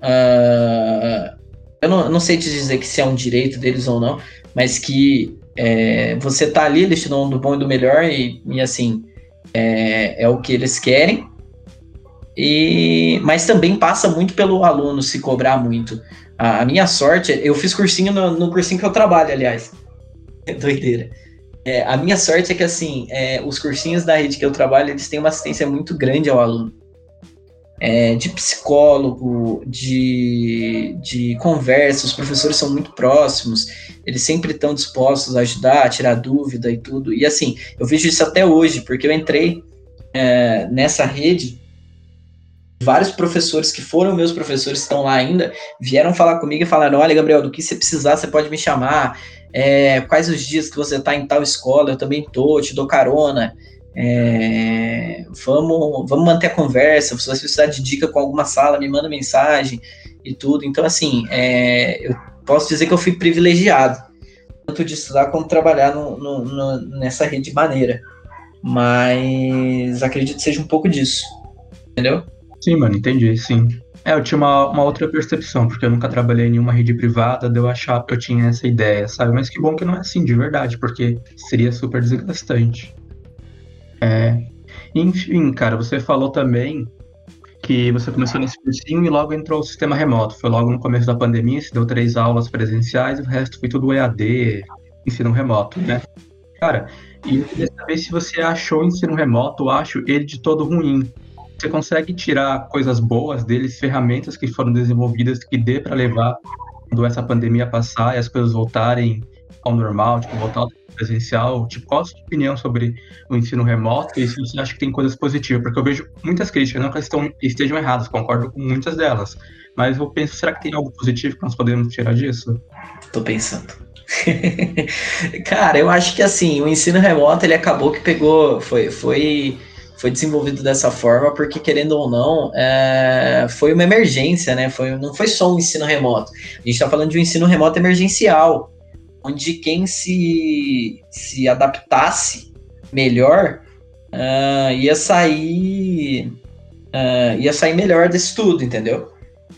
eu não sei te dizer que se é um direito deles ou não, mas que você tá ali, eles te dão do bom e do melhor, e assim, é o que eles querem, mas também passa muito pelo aluno se cobrar muito. A minha sorte, eu fiz cursinho no cursinho que eu trabalho, aliás. É doideira. A minha sorte é que, assim, os cursinhos da rede que eu trabalho, eles têm uma assistência muito grande ao aluno. De psicólogo, de conversa, os professores são muito próximos, eles sempre estão dispostos a ajudar, a tirar dúvida e tudo. E, assim, eu vejo isso até hoje, porque eu entrei nessa rede, vários professores que foram meus professores, estão lá ainda, vieram falar comigo e falaram, olha, Gabriel, do que você precisar, você pode me chamar, quais os dias que você está em tal escola, eu também tô, te dou carona, vamos manter a conversa, se você precisar de dica com alguma sala, me manda mensagem e tudo. Então, assim, eu posso dizer que eu fui privilegiado, tanto de estudar como trabalhar nessa rede de maneira, mas acredito que seja um pouco disso, entendeu? Sim, mano, entendi, sim. Eu tinha uma outra percepção, porque eu nunca trabalhei em nenhuma rede privada, de eu achar que eu tinha essa ideia, sabe? Mas que bom que não é assim, de verdade, porque seria super desgastante. Enfim, cara, você falou também que você começou nesse cursinho e logo entrou o sistema remoto. Foi logo no começo da pandemia, você deu 3 aulas presenciais e o resto foi tudo EAD, ensino remoto, né? Cara, e eu queria saber se você achou o ensino remoto, eu acho ele de todo ruim. Você consegue tirar coisas boas deles, ferramentas que foram desenvolvidas que dê para levar quando essa pandemia passar e as coisas voltarem ao normal, tipo, voltar ao presencial? Tipo, qual a sua opinião sobre o ensino remoto e se você acha que tem coisas positivas? Porque eu vejo muitas críticas, não que elas estejam erradas, concordo com muitas delas, mas eu penso, será que tem algo positivo que nós podemos tirar disso? Tô pensando. Cara, eu acho que assim, o ensino remoto ele acabou que foi desenvolvido dessa forma porque, querendo ou não, foi uma emergência, né? Não foi só um ensino remoto. A gente está falando de um ensino remoto emergencial, onde quem se adaptasse melhor ia sair melhor desse tudo, entendeu?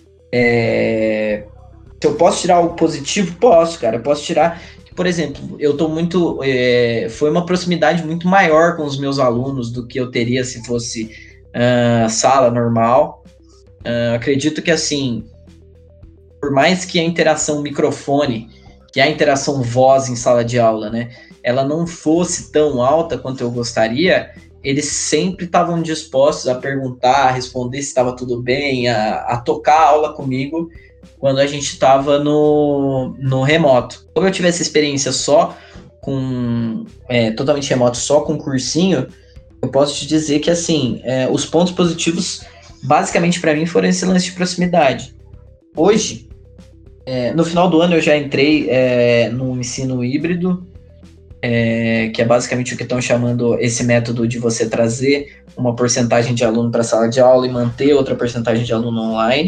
Se eu posso tirar algo positivo, posso, cara. Eu posso tirar, por exemplo, eu tô muito. Foi uma proximidade muito maior com os meus alunos do que eu teria se fosse sala normal. Acredito que, assim, por mais que a interação microfone, que é a interação voz em sala de aula, né, ela não fosse tão alta quanto eu gostaria, eles sempre estavam dispostos a perguntar, a responder se estava tudo bem, a tocar a aula comigo quando a gente estava no remoto. Como eu tive essa experiência só com totalmente remoto, só com cursinho, eu posso te dizer que, assim, os pontos positivos, basicamente para mim, foram esse lance de proximidade. Hoje, no final do ano, eu já entrei no ensino híbrido, que é basicamente o que estão chamando esse método de você trazer uma porcentagem de aluno para a sala de aula e manter outra porcentagem de aluno online.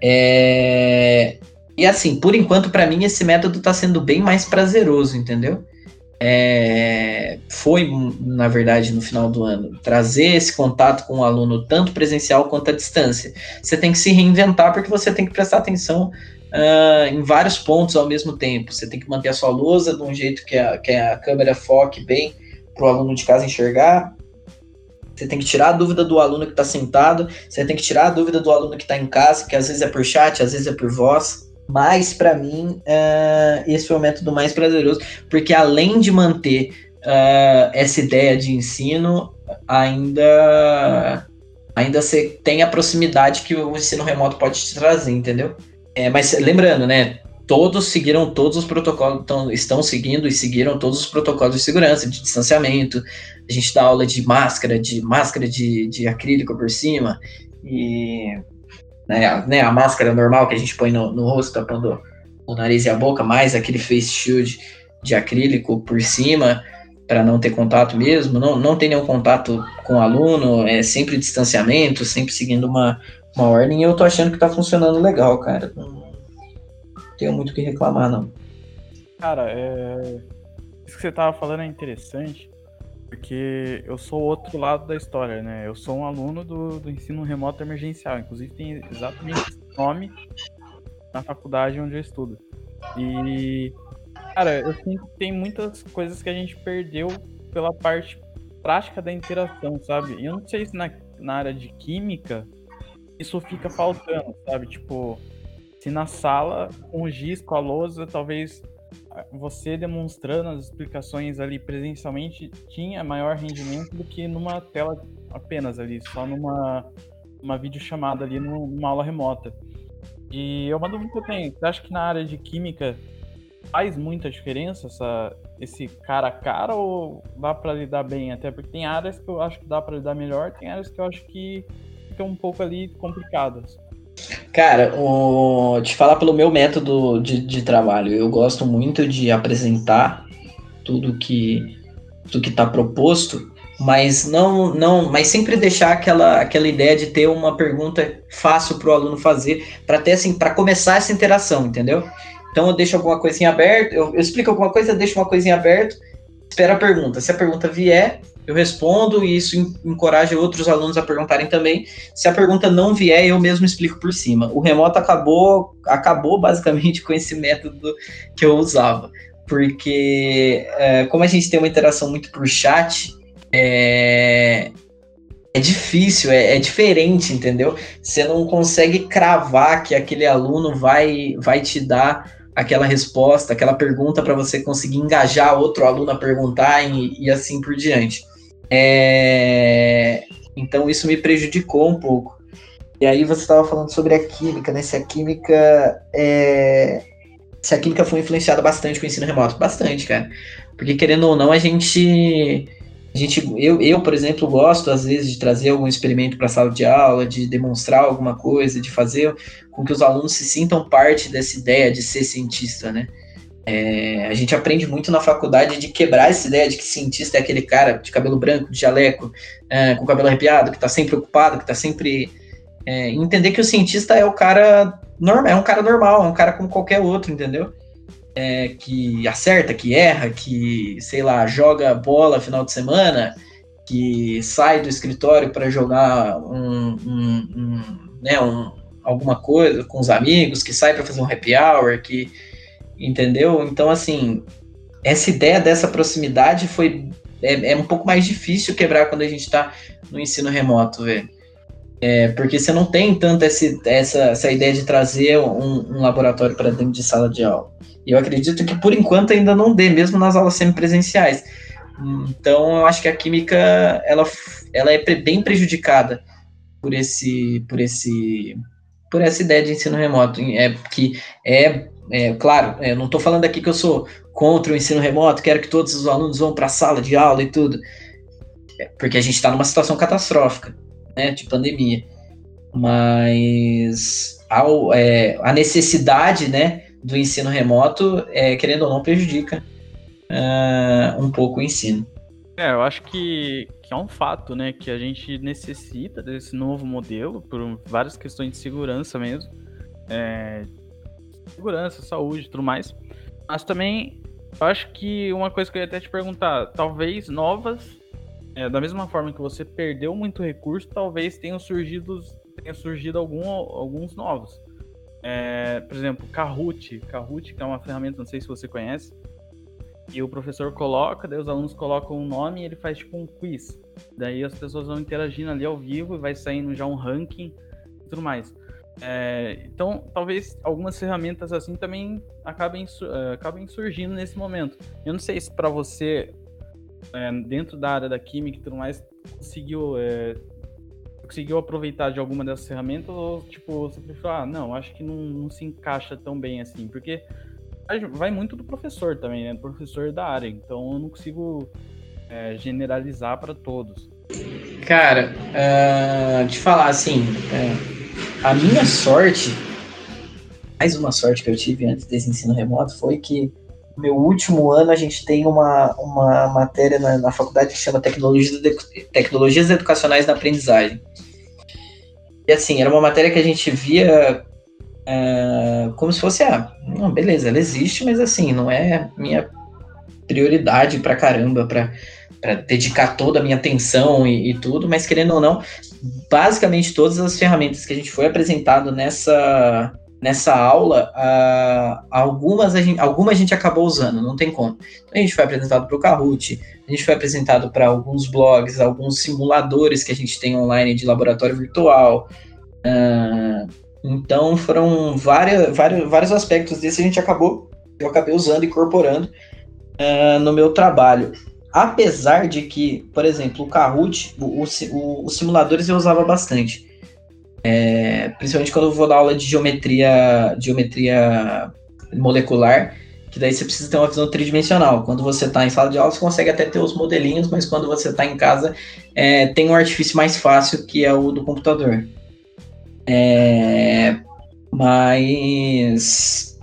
E assim, por enquanto, para mim, esse método está sendo bem mais prazeroso, entendeu? Foi, na verdade, no final do ano, trazer esse contato com o aluno, tanto presencial quanto à distância. Você tem que se reinventar porque você tem que prestar atenção em vários pontos ao mesmo tempo. Você tem que manter a sua lousa de um jeito que a câmera foque bem para o aluno de casa enxergar. Você tem que tirar a dúvida do aluno que está sentado, você tem que tirar a dúvida do aluno que está em casa, que às vezes é por chat, às vezes é por voz. Mas, para mim, esse foi o método mais prazeroso, porque além de manter essa ideia de ensino, ainda você tem a proximidade que o ensino remoto pode te trazer, entendeu? Mas lembrando, né? Todos seguiram todos os protocolos, estão seguindo e seguiram todos os protocolos de segurança, de distanciamento. A gente dá aula de máscara de acrílico por cima, e a máscara normal que a gente põe no rosto, tapando o nariz e a boca, mais aquele face shield de acrílico por cima, para não ter contato mesmo, não tem nenhum contato com o aluno, é sempre distanciamento, sempre seguindo uma ordem, e eu tô achando que tá funcionando legal, cara. Não tenho muito o que reclamar, não. Cara, isso que você tava falando é interessante, porque eu sou o outro lado da história, né? Eu sou um aluno do ensino remoto emergencial, inclusive tem exatamente esse nome na faculdade onde eu estudo. E, cara, eu sinto que tem muitas coisas que a gente perdeu pela parte prática da interação, sabe? E eu não sei se na área de química isso fica faltando, sabe? Tipo, se na sala, com o giz, com a lousa, talvez você demonstrando as explicações ali presencialmente tinha maior rendimento do que numa tela apenas ali, só numa videochamada ali numa aula remota. E é uma dúvida que eu tenho. Você acha que na área de química faz muita diferença esse cara a cara ou dá para lidar bem? Até porque tem áreas que eu acho que dá para lidar melhor, tem áreas que eu acho que ficam um pouco ali complicadas. Cara, te falar pelo meu método de trabalho, eu gosto muito de apresentar tudo que está proposto, mas mas sempre deixar aquela ideia de ter uma pergunta fácil para o aluno fazer, para ter assim, para começar essa interação, entendeu? Então eu deixo alguma coisinha aberta, eu explico alguma coisa, deixo uma coisinha aberta, espero a pergunta. Se a pergunta vier, eu respondo e isso encoraja outros alunos a perguntarem também. Se a pergunta não vier, eu mesmo explico por cima. O remoto acabou basicamente com esse método que eu usava, porque como a gente tem uma interação muito por chat, é difícil, é diferente, entendeu? Você não consegue cravar que aquele aluno vai te dar aquela resposta, aquela pergunta para você conseguir engajar outro aluno a perguntar e assim por diante. Então isso me prejudicou um pouco. E aí você estava falando sobre a química, né? Se a química foi influenciada bastante com o ensino remoto. Bastante, cara. Porque querendo ou não, eu, por exemplo, gosto às vezes de trazer algum experimento para a sala de aula, de demonstrar alguma coisa, de fazer com que os alunos se sintam parte dessa ideia de ser cientista, né? A gente aprende muito na faculdade de quebrar essa ideia de que cientista é aquele cara de cabelo branco, de jaleco, com cabelo arrepiado, que está sempre ocupado, que está sempre... entender que o cientista é o cara normal, é um cara normal, é um cara como qualquer outro, entendeu? Que acerta, que erra, que, sei lá, joga bola final de semana, que sai do escritório para jogar alguma coisa com os amigos, que sai para fazer um happy hour, entendeu? Então, assim, essa ideia dessa proximidade é um pouco mais difícil quebrar quando a gente está no ensino remoto, velho. Porque você não tem tanto essa ideia de trazer um laboratório para dentro de sala de aula. E eu acredito que, por enquanto, ainda não dê, mesmo nas aulas semipresenciais. Então, eu acho que a química ela é bem prejudicada por essa ideia de ensino remoto. Claro, eu não estou falando aqui que eu sou contra o ensino remoto, quero que todos os alunos vão para a sala de aula e tudo, porque a gente está numa situação catastrófica, né, de pandemia. Mas a necessidade, né, do ensino remoto, querendo ou não, prejudica um pouco o ensino. Eu acho que é um fato, né, que a gente necessita desse novo modelo por várias questões de segurança mesmo, segurança, saúde e tudo mais, mas também eu acho que uma coisa que eu ia até te perguntar, talvez novas, da mesma forma que você perdeu muito recurso, talvez tenha surgido alguns novos. Por exemplo, Kahoot, que é uma ferramenta, não sei se você conhece, e o professor coloca, daí os alunos colocam um nome e ele faz tipo um quiz. Daí as pessoas vão interagindo ali ao vivo e vai saindo já um ranking e tudo mais. Então, talvez algumas ferramentas assim também acabem surgindo nesse momento. Eu não sei se para você, dentro da área da química e tudo mais, conseguiu aproveitar de alguma dessas ferramentas ou tipo, você prefere, não, acho que não se encaixa tão bem assim, porque vai muito do professor também, né? Do professor da área, então eu não consigo generalizar para todos. Cara, te falar assim, a minha sorte, mais uma sorte que eu tive antes desse ensino remoto, foi que meu último ano, a gente tem uma matéria na faculdade que chama Tecnologias Educacionais na Aprendizagem. E assim, era uma matéria que a gente via como se fosse, não, beleza, ela existe, mas assim, não é minha prioridade pra caramba, pra dedicar toda a minha atenção e tudo, mas querendo ou não, basicamente todas as ferramentas que a gente foi apresentado nessa aula, algumas a gente acabou usando, não tem como. Então, a gente foi apresentado para o Kahoot, a gente foi apresentado para alguns blogs, alguns simuladores que a gente tem online de laboratório virtual. Então, foram vários aspectos desse eu acabei usando e incorporando no meu trabalho. Apesar de que, por exemplo, o Kahoot, os simuladores eu usava bastante. Principalmente quando eu vou dar aula de geometria molecular, que daí você precisa ter uma visão tridimensional. Quando você está em sala de aula, você consegue até ter os modelinhos, mas quando você está em casa, tem um artifício mais fácil, que é o do computador. Mas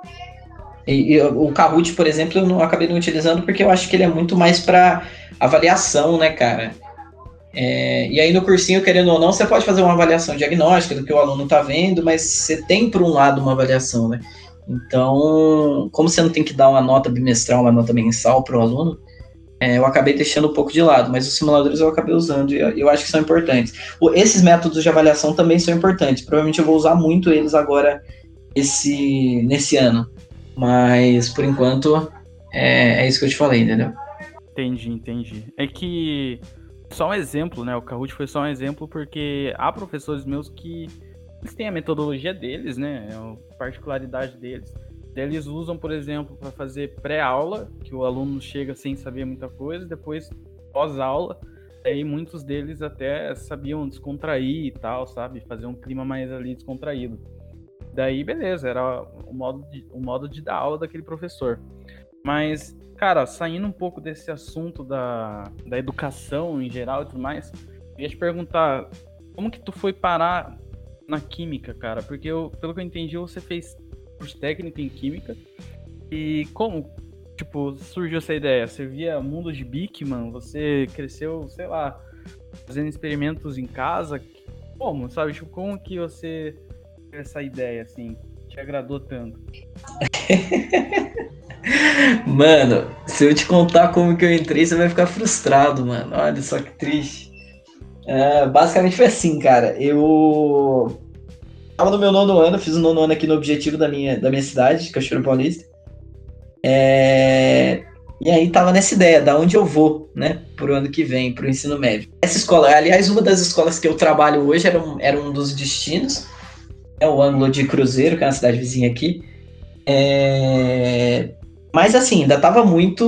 o Kahoot, por exemplo, eu não acabei não utilizando porque eu acho que ele é muito mais para avaliação, né, cara? E aí no cursinho, querendo ou não, você pode fazer uma avaliação diagnóstica do que o aluno está vendo, mas você tem, por um lado, uma avaliação, né? Então, como você não tem que dar uma nota bimestral, uma nota mensal para o aluno, eu acabei deixando um pouco de lado, mas os simuladores eu acabei usando e eu acho que são importantes. Esses métodos de avaliação também são importantes, provavelmente eu vou usar muito eles agora nesse ano, mas por enquanto é isso que eu te falei, entendeu? Entendi. É que só um exemplo, né? O Kahoot foi só um exemplo porque há professores meus que eles têm a metodologia deles, né? É a particularidade deles. Eles usam, por exemplo, para fazer pré-aula, que o aluno chega sem saber muita coisa, depois pós-aula, aí muitos deles até sabiam descontrair e tal, sabe? Fazer um clima mais ali descontraído. Daí, beleza, era o modo de dar aula daquele professor. Mas, cara, saindo um pouco desse assunto da educação em geral e tudo mais, eu ia te perguntar, como que tu foi parar na química, cara? Porque, pelo que eu entendi, você fez curso técnico em química. E como, tipo, surgiu essa ideia? Você via Mundo de Bikman, você cresceu, sei lá, fazendo experimentos em casa? Como, sabe? Tipo, como que você teve essa ideia, assim, te agradou tanto? Mano, se eu te contar como que eu entrei, você vai ficar frustrado, mano. Olha só que triste. Basicamente foi assim, cara. Eu tava no meu 9º ano, fiz o 9º ano aqui no Objetivo da minha cidade, Cachoeiro Paulista. E aí tava nessa ideia, da onde eu vou, né, pro ano que vem, pro ensino médio. Essa escola, aliás, uma das escolas que eu trabalho hoje era um dos destinos, o Ângulo de Cruzeiro, que é uma cidade vizinha aqui. Mas assim, ainda tava muito,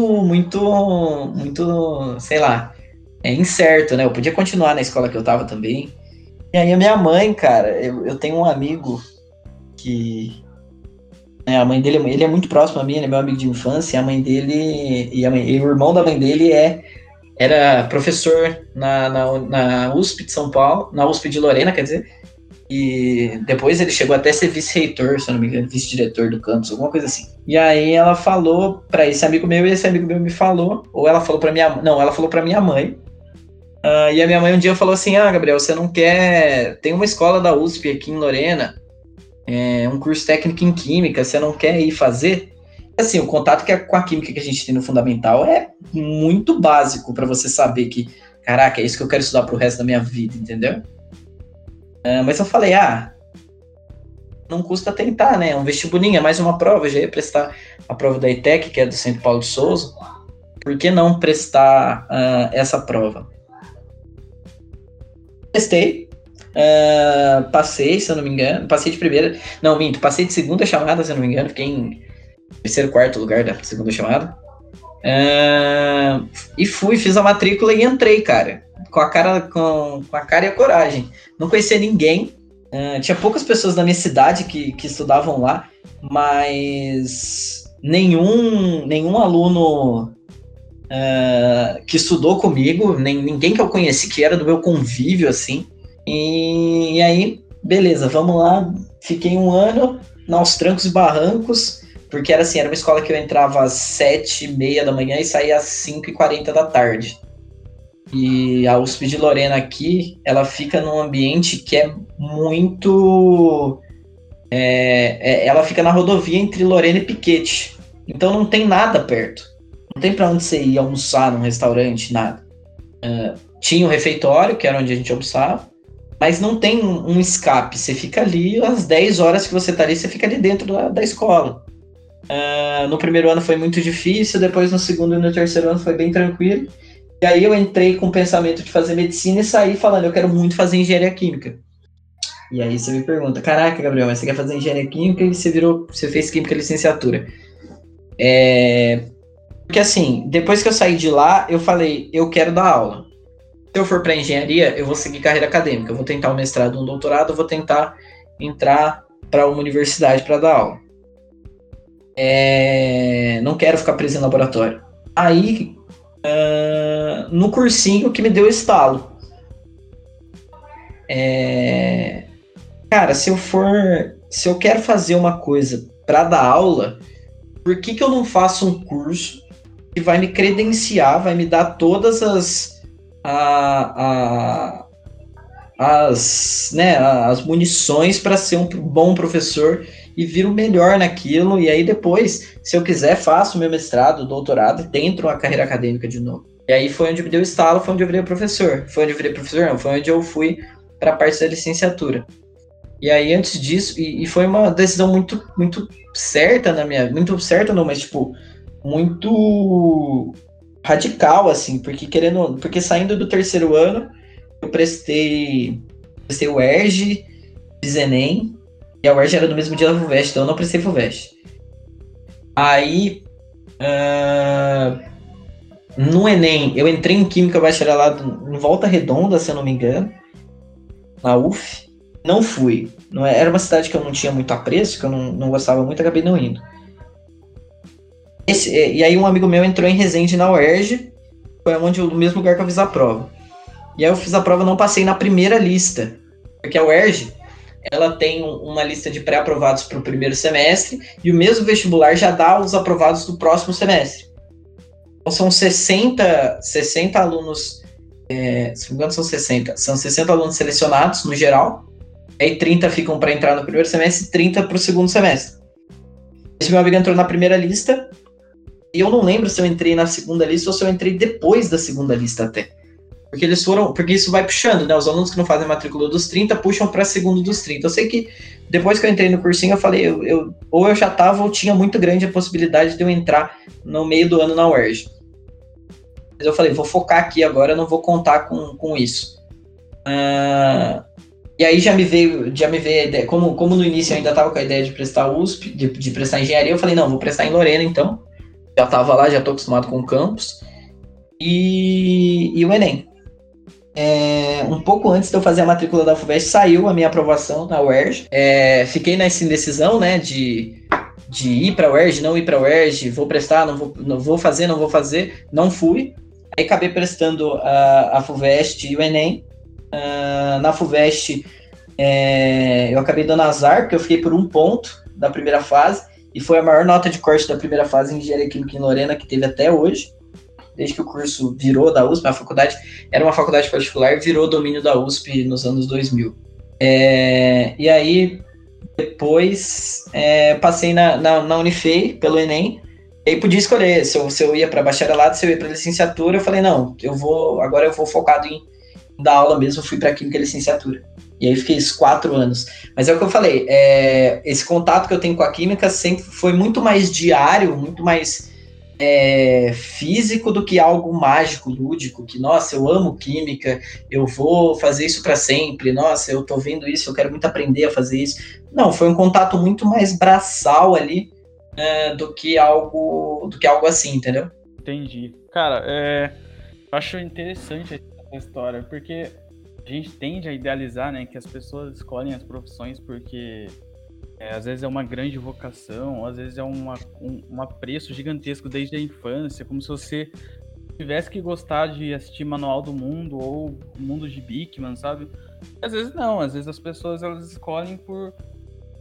sei lá, incerto, né? Eu podia continuar na escola que eu tava também. E aí a minha mãe, cara, eu tenho um amigo que... a mãe dele, ele é muito próximo a mim, ele é meu amigo de infância, a mãe dele e o irmão da mãe dele era professor na USP de São Paulo, na USP de Lorena, quer dizer, e depois ele chegou até a ser vice-reitor, se eu não me engano, vice-diretor do campus, alguma coisa assim. E aí ela falou pra esse amigo meu, e esse amigo meu me falou, ou ela falou pra ela falou pra minha mãe. E a minha mãe um dia falou assim, Gabriel, você não quer... Tem uma escola da USP aqui em Lorena, um curso técnico em química, você não quer ir fazer? Assim, o contato com a química que a gente tem no fundamental é muito básico para você saber que, caraca, é isso que eu quero estudar pro resto da minha vida, entendeu? Mas eu falei, não custa tentar, né? Um vestibulinho, é mais uma prova, eu já ia prestar a prova da ETEC, que é do Centro Paulo de Souza. Por que não prestar essa prova? Testei. Passei, se eu não me engano. Passei de primeira. Não, minto. Passei de segunda chamada, se eu não me engano. Fiquei em terceiro, quarto lugar da segunda chamada. E fiz a matrícula e entrei, cara. Com a cara e a coragem. Não conhecia ninguém. Tinha poucas pessoas na minha cidade que estudavam lá. Mas nenhum aluno que estudou comigo, ninguém que eu conheci que era do meu convívio, assim. E aí, beleza, vamos lá. Fiquei um ano aos trancos e barrancos, porque era assim, era uma escola que eu entrava às 7h30 da manhã e saía às 5h40 da tarde. E a USP de Lorena aqui, ela fica num ambiente que é muito... ela fica na rodovia entre Lorena e Piquete. Então não tem nada perto. Não tem pra onde você ir almoçar num restaurante, nada. Tinha o refeitório, que era onde a gente almoçava, mas não tem um escape. Você fica ali, às 10 horas que você tá ali, você fica ali dentro da escola. No primeiro ano foi muito difícil, depois no segundo e no terceiro ano foi bem tranquilo. E aí eu entrei com o pensamento de fazer medicina e saí falando, eu quero muito fazer engenharia química. E aí você me pergunta, caraca, Gabriel, mas você quer fazer engenharia química e você fez química licenciatura. Porque assim, depois que eu saí de lá, eu falei, eu quero dar aula. Se eu for para engenharia, eu vou seguir carreira acadêmica. Eu vou tentar um mestrado, um doutorado, eu vou tentar entrar para uma universidade para dar aula. Não quero ficar preso em laboratório. Aí, no cursinho que me deu estalo. Cara, se eu quero fazer uma coisa para dar aula, por que eu não faço um curso que vai me credenciar, vai me dar todas as munições para ser um bom professor e vir o melhor naquilo, e aí depois, se eu quiser, faço meu mestrado, doutorado e tento uma carreira acadêmica de novo. E aí foi onde me deu estalo, foi onde eu virei professor. Foi onde eu fui para a parte da licenciatura. E aí, antes disso, e foi uma decisão muito, muito certa na minha... Muito certa não, mas, tipo, muito radical, assim, porque saindo do terceiro ano, eu prestei o ERJ, fiz Enem, e a UERJ era do mesmo dia da FUVEST, então eu não prestei FUVEST. Aí, no Enem, eu entrei em Química Bacharelado em Volta Redonda, se eu não me engano, na UF. Não fui. Era uma cidade que eu não tinha muito apreço, que eu não gostava muito, acabei não indo. E aí um amigo meu entrou em Resende na UERJ, foi no mesmo lugar que eu fiz a prova. E aí eu fiz a prova e não passei na primeira lista, porque a UERJ, ela tem uma lista de pré-aprovados para o primeiro semestre, e o mesmo vestibular já dá os aprovados do próximo semestre. Então são 60 alunos, se não me engano são 60 alunos selecionados no geral, aí 30 ficam para entrar no primeiro semestre e 30 para o segundo semestre. Esse meu amigo entrou na primeira lista, e eu não lembro se eu entrei na segunda lista ou se eu entrei depois da segunda lista até. Porque isso vai puxando, né? Os alunos que não fazem matrícula dos 30 puxam para segundo dos 30. Eu sei que depois que eu entrei no cursinho, eu falei, ou eu já estava ou tinha muito grande a possibilidade de eu entrar no meio do ano na UERJ. Mas eu falei, vou focar aqui agora, eu não vou contar com isso. E aí já me veio a ideia, como no início eu ainda estava com a ideia de prestar USP, de prestar engenharia, eu falei, não, vou prestar em Lorena então. Já estava lá, já estou acostumado com o campus. E o Enem. Um pouco antes de eu fazer a matrícula da FUVEST, saiu a minha aprovação na UERJ. Fiquei nessa indecisão, né, de ir para a UERJ, não ir para a UERJ, vou prestar, não vou fazer, não fui. Aí acabei prestando a FUVEST e o Enem. Na FUVEST, eu acabei dando azar, porque eu fiquei por 1 ponto da primeira fase, e foi a maior nota de corte da primeira fase em Engenharia Química em Lorena que teve até hoje. Desde que o curso virou da USP, a faculdade era uma faculdade particular e virou domínio da USP nos anos 2000. E aí, depois, passei na Unifei, pelo Enem, e aí podia escolher se eu ia para bacharelado, se eu ia para licenciatura. Eu falei, não, agora eu vou focado em dar aula mesmo, fui para Química Licenciatura. E aí fiquei 4 anos. Mas é o que eu falei, esse contato que eu tenho com a Química sempre foi muito mais diário, muito mais... físico do que algo mágico, lúdico, que, nossa, eu amo química, eu vou fazer isso para sempre, nossa, eu tô vendo isso, eu quero muito aprender a fazer isso. Não, foi um contato muito mais braçal ali, do que algo assim, entendeu? Entendi. Cara, eu acho interessante essa história, porque a gente tende a idealizar, né, que as pessoas escolhem as profissões porque... às vezes é uma grande vocação, às vezes é um apreço gigantesco desde a infância, como se você tivesse que gostar de assistir Manual do Mundo ou o Mundo de Beakman, sabe? Às vezes não, às vezes as pessoas elas escolhem por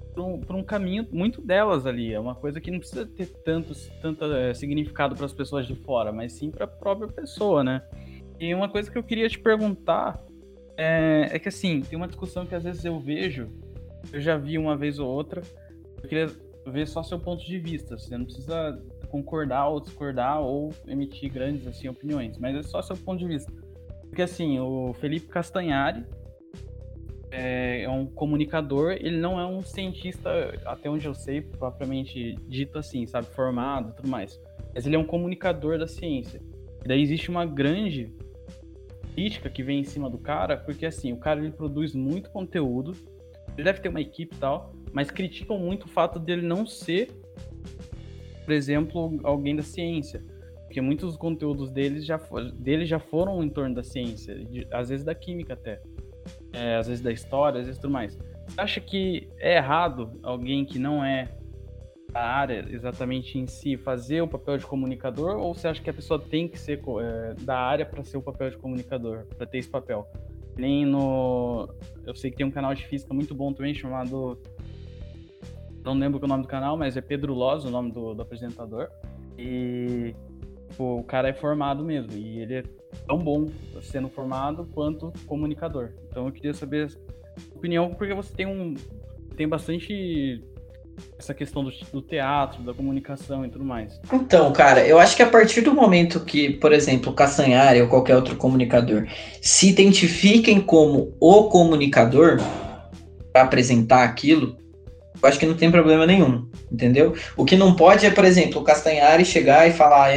por um caminho muito delas ali. É uma coisa que não precisa ter tanto significado para as pessoas de fora, mas sim para a própria pessoa, né? E uma coisa que eu queria te perguntar é que, assim, tem uma discussão que às vezes eu vejo, eu já vi uma vez ou outra, eu queria ver só seu ponto de vista. Você não precisa concordar ou discordar ou emitir grandes, assim, opiniões, mas é só seu ponto de vista. Porque, assim, o Felipe Castanhari é um comunicador, ele não é um cientista, até onde eu sei, propriamente dito assim, sabe, formado e tudo mais. Mas ele é um comunicador da ciência. E daí existe uma grande crítica que vem em cima do cara, porque assim, o cara ele produz muito conteúdo, ele deve ter uma equipe e tal, mas criticam muito o fato dele não ser, por exemplo, alguém da ciência. Porque muitos dos conteúdos dele já foram em torno da ciência, às vezes da química até. Às vezes da história, às vezes tudo mais. Você acha que é errado alguém que não é da área exatamente em si fazer o papel de comunicador, ou você acha que a pessoa tem que ser da área para ser o papel de comunicador, para ter esse papel? Nem eu sei que tem um canal de física muito bom também chamado, não lembro o nome do canal, mas é Pedro Loz, o nome do apresentador, e o cara é formado mesmo, e ele é tão bom sendo formado quanto comunicador. Então eu queria saber a sua opinião, porque você tem bastante essa questão do teatro, da comunicação e tudo mais. Então, cara, eu acho que a partir do momento que, por exemplo, o Castanhari ou qualquer outro comunicador se identifiquem como o comunicador para apresentar aquilo, eu acho que não tem problema nenhum, entendeu? O que não pode é, por exemplo, o Castanhari chegar e falar,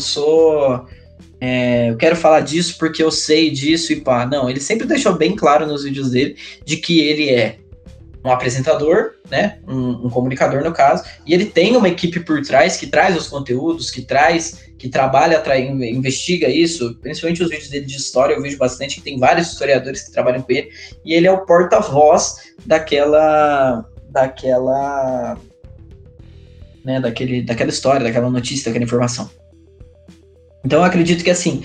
eu quero falar disso porque eu sei disso e pá. Não, ele sempre deixou bem claro nos vídeos dele de que ele é um apresentador, né, um comunicador no caso, e ele tem uma equipe por trás que traz os conteúdos, que trabalha, investiga isso, principalmente os vídeos dele de história, eu vejo bastante que tem vários historiadores que trabalham com ele, e ele é o porta-voz daquela história, daquela notícia, daquela informação. Então eu acredito que assim,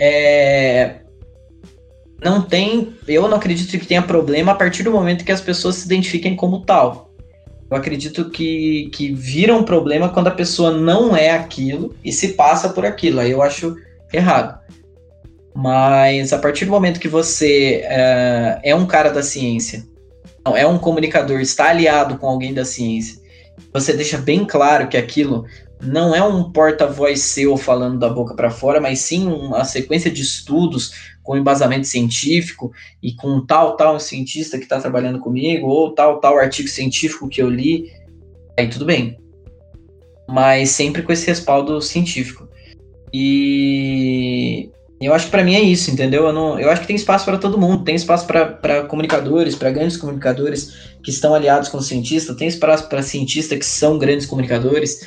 eu não acredito que tenha problema a partir do momento que as pessoas se identifiquem como tal. Eu acredito que vira um problema quando a pessoa não é aquilo e se passa por aquilo. Aí eu acho errado. Mas a partir do momento que você é um cara da ciência, não, é um comunicador, está aliado com alguém da ciência, você deixa bem claro que aquilo não é um porta-voz seu falando da boca para fora, mas sim uma sequência de estudos com embasamento científico e com tal cientista que está trabalhando comigo, ou tal artigo científico que eu li, aí tudo bem. Mas sempre com esse respaldo científico. E eu acho que para mim é isso, entendeu? Eu acho que tem espaço para todo mundo, tem espaço para comunicadores, para grandes comunicadores que estão aliados com o cientista, tem espaço para cientistas que são grandes comunicadores.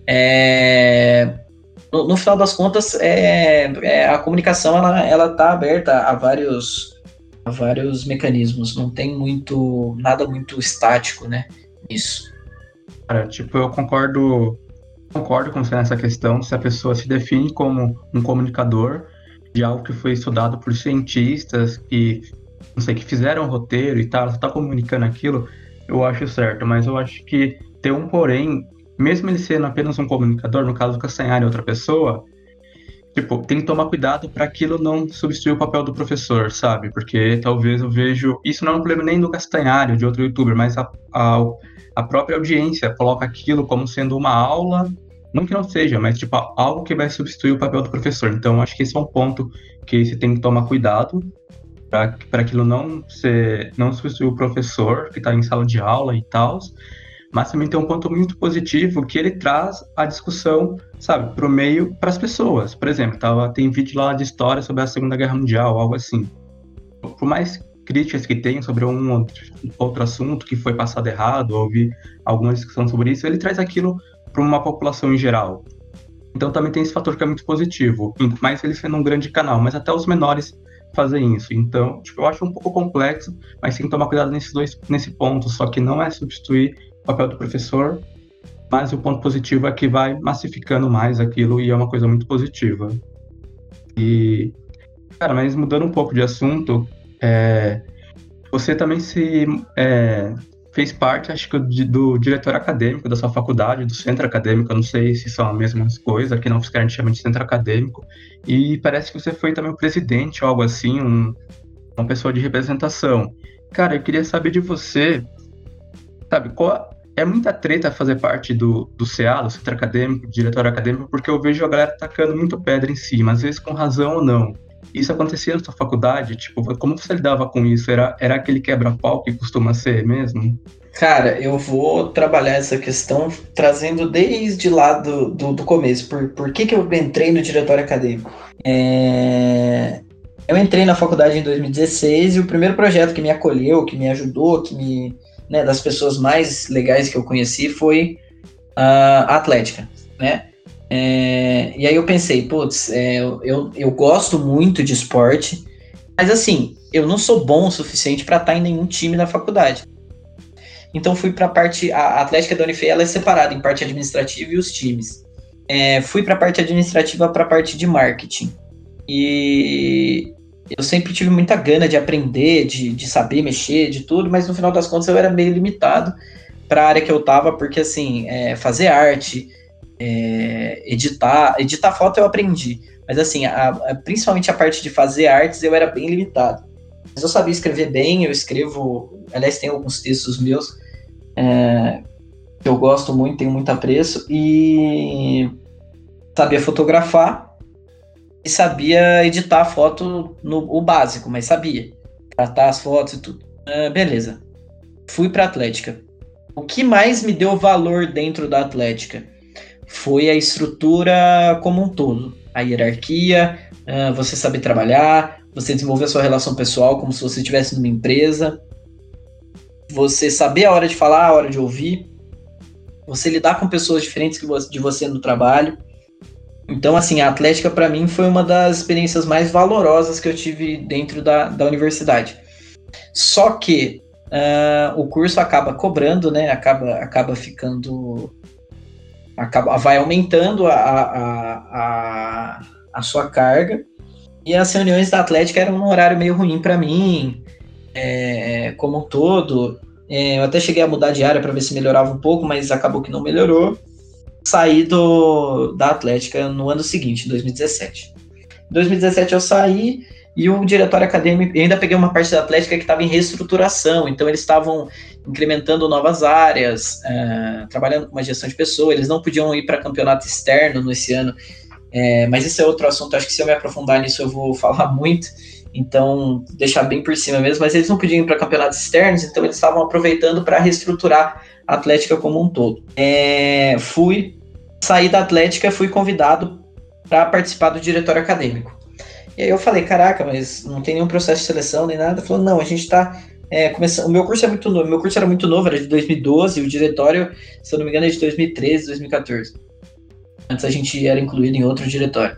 No final das contas, a comunicação ela está aberta a vários mecanismos, não tem nada muito estático, né, nisso. Cara, tipo, eu concordo com você nessa questão, se a pessoa se define como um comunicador de algo que foi estudado por cientistas que, não sei, que fizeram um roteiro e tal, está comunicando aquilo, eu acho certo, mas eu acho que tem um porém, mesmo ele sendo apenas um comunicador, no caso do Castanhari, outra pessoa, tipo, tem que tomar cuidado para aquilo não substituir o papel do professor, sabe? Porque talvez eu vejo, isso não é um problema nem do Castanhari ou de outro youtuber, mas a própria audiência coloca aquilo como sendo uma aula, não que não seja, mas tipo, algo que vai substituir o papel do professor. Então, acho que esse é um ponto que você tem que tomar cuidado para aquilo não substituir o professor que está em sala de aula e tal. Mas também tem um ponto muito positivo que ele traz a discussão, sabe, pro meio, para as pessoas. Por exemplo, tem vídeo lá de história sobre a Segunda Guerra Mundial, algo assim. Por mais críticas que tem sobre um outro assunto que foi passado errado, houve alguma discussão sobre isso, ele traz aquilo para uma população em geral. Então também tem esse fator que é muito positivo, mais ele sendo um grande canal, mas até os menores fazem isso. Então, tipo, eu acho um pouco complexo, mas tem que tomar cuidado nesse ponto, só que não é substituir o papel do professor, mas o ponto positivo é que vai massificando mais aquilo e é uma coisa muito positiva. E, cara, mas mudando um pouco de assunto, você também fez parte, acho que, do diretor acadêmico da sua faculdade, do centro acadêmico, eu não sei se são as mesmas coisas, aqui na UFSCar a gente chama de centro acadêmico, e parece que você foi também o presidente ou algo assim, uma pessoa de representação. Cara, eu queria saber de você, sabe, é muita treta fazer parte do CA, do centro acadêmico, do diretor acadêmico, porque eu vejo a galera tacando muito pedra em cima, às vezes com razão ou não. Isso acontecia na sua faculdade? Tipo, como você lidava com isso? Era aquele quebra-pau que costuma ser mesmo? Cara, eu vou trabalhar essa questão trazendo desde lá do começo. Por que eu entrei no diretório acadêmico? Eu entrei na faculdade em 2016 e o primeiro projeto que me acolheu, que me ajudou, das pessoas mais legais que eu conheci foi a Atlética, né? E aí eu pensei, putz, eu gosto muito de esporte, mas assim, eu não sou bom o suficiente para estar em nenhum time na faculdade. Então fui para a parte, a Atlética da Unifei, ela é separada em parte administrativa e os times. Fui para a parte administrativa, para a parte de marketing. E eu sempre tive muita gana de aprender, de saber mexer, de tudo, mas no final das contas eu era meio limitado para a área que eu tava, porque assim, fazer arte, editar foto eu aprendi, mas assim, principalmente a parte de fazer artes eu era bem limitado. Mas eu sabia escrever bem, eu escrevo, aliás, tem alguns textos meus que eu gosto muito, tenho muito apreço, e sabia fotografar e sabia editar a foto o básico, mas sabia tratar as fotos e tudo. Beleza, fui para a Atlética. O que mais me deu valor dentro da Atlética foi a estrutura como um todo, a hierarquia, você saber trabalhar, você desenvolver a sua relação pessoal como se você estivesse numa empresa, você saber a hora de falar, a hora de ouvir, você lidar com pessoas diferentes de você no trabalho. Então, assim, a Atlética para mim foi uma das experiências mais valorosas que eu tive dentro da universidade. Só que o curso acaba cobrando, né? Acaba ficando... vai aumentando a sua carga, e as reuniões da Atlética eram num horário meio ruim para mim, como um todo. Eu até cheguei a mudar de área para ver se melhorava um pouco, mas acabou que não melhorou. Saí da Atlética no ano seguinte, em 2017. Em 2017 eu saí, e o diretório acadêmico, eu ainda peguei uma parte da Atlética que estava em reestruturação, então eles estavam incrementando novas áreas, trabalhando com uma gestão de pessoas, eles não podiam ir para campeonato externo nesse ano, mas isso é outro assunto, acho que se eu me aprofundar nisso eu vou falar muito, então deixar bem por cima mesmo, mas eles não podiam ir para campeonatos externos, então eles estavam aproveitando para reestruturar a Atlética como um todo. Saí da Atlética, fui convidado para participar do diretório acadêmico. E aí eu falei, caraca, mas não tem nenhum processo de seleção nem nada. Falou, não, a gente está começando. O meu curso é muito novo, meu curso era muito novo, era de 2012, o diretório, se eu não me engano, é de 2013, 2014. Antes a gente era incluído em outro diretório.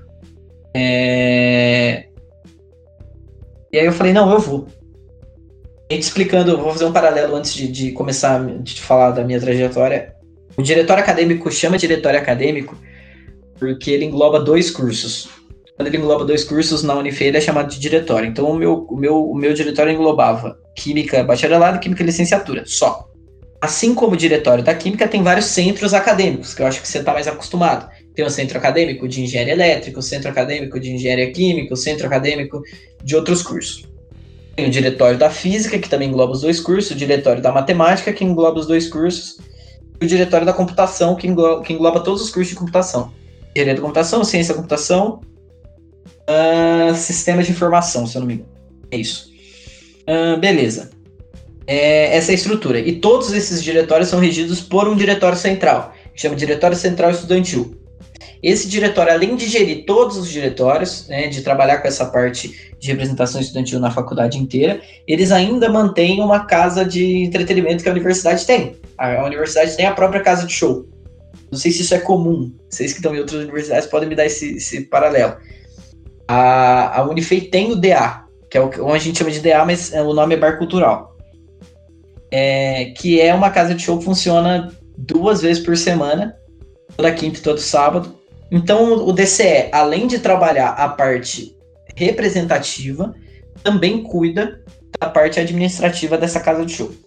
E aí eu falei, não, eu vou. A gente explicando, vou fazer um paralelo antes de começar de falar da minha trajetória. O diretório acadêmico chama diretório acadêmico porque ele engloba 2 cursos. Quando ele engloba 2 cursos na Unifei, ele é chamado de diretório. Então, o meu diretório englobava Química Bacharelado e Química Licenciatura, só. Assim como o diretório da Química, tem vários centros acadêmicos, que eu acho que você está mais acostumado. Tem o Centro Acadêmico de Engenharia Elétrica, o Centro Acadêmico de Engenharia Química, o Centro Acadêmico de outros cursos. Tem o Diretório da Física, que também engloba os 2 cursos, o Diretório da Matemática, que engloba os 2 cursos, e o Diretório da Computação, que engloba todos os cursos de computação. Engenharia da Computação, Ciência da Computação, Sistemas de Informação, se eu não me engano. É isso. Beleza. Essa é a estrutura. E todos esses diretórios são regidos por um diretório central, que chama Diretório Central Estudantil. Esse diretório, além de gerir todos os diretórios, né, de trabalhar com essa parte de representação estudantil na faculdade inteira, eles ainda mantêm uma casa de entretenimento que a universidade tem. A universidade tem a própria casa de show. Não sei se isso é comum. Vocês que estão em outras universidades podem me dar esse paralelo. A Unifei tem o DA, que é o a gente chama de DA, mas o nome é Bar Cultural. Que é uma casa de show que funciona 2 vezes por semana, toda quinta e todo sábado. Então, o DCE, além de trabalhar a parte representativa, também cuida da parte administrativa dessa casa de show.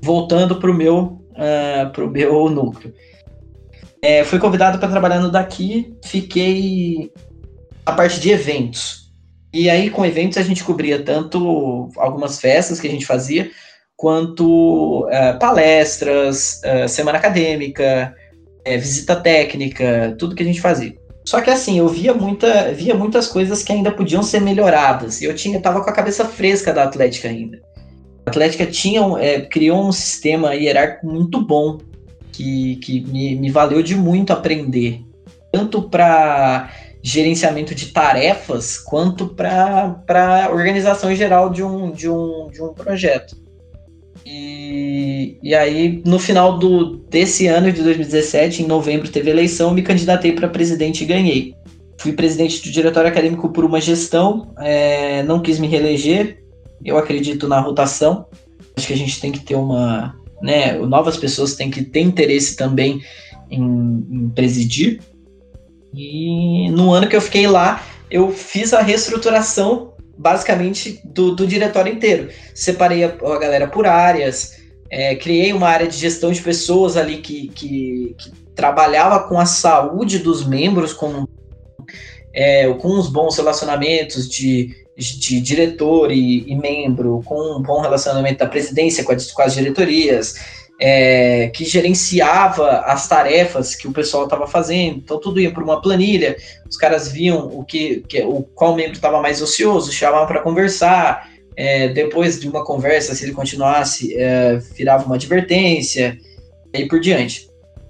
voltando pro meu núcleo. Fui convidado para trabalhar no Daqui, fiquei na parte de eventos. E aí, com eventos, a gente cobria tanto algumas festas que a gente fazia, quanto palestras, semana acadêmica, visita técnica, tudo que a gente fazia. Só que assim, eu via muitas coisas que ainda podiam ser melhoradas. E eu tava com a cabeça fresca da Atlética ainda. A Atlética criou um sistema hierárquico muito bom, que me valeu de muito aprender. Tanto para gerenciamento de tarefas, quanto para organização em geral de um projeto. E aí, no final desse ano de 2017, em novembro, teve eleição, me candidatei para presidente e ganhei. Fui presidente do diretório acadêmico por uma gestão, não quis me reeleger, eu acredito na rotação. Acho que a gente tem que ter novas pessoas têm que ter interesse também em presidir. E no ano que eu fiquei lá, eu fiz a reestruturação, basicamente, do diretório inteiro. Separei a galera por áreas, criei uma área de gestão de pessoas ali que trabalhava com a saúde dos membros, com os bons relacionamentos de diretor e membro, com um bom relacionamento da presidência com as diretorias, que gerenciava as tarefas que o pessoal estava fazendo. Então tudo ia por uma planilha, os caras viam qual membro estava mais ocioso, chamavam para conversar, depois de uma conversa, se ele continuasse, virava uma advertência, e aí por diante.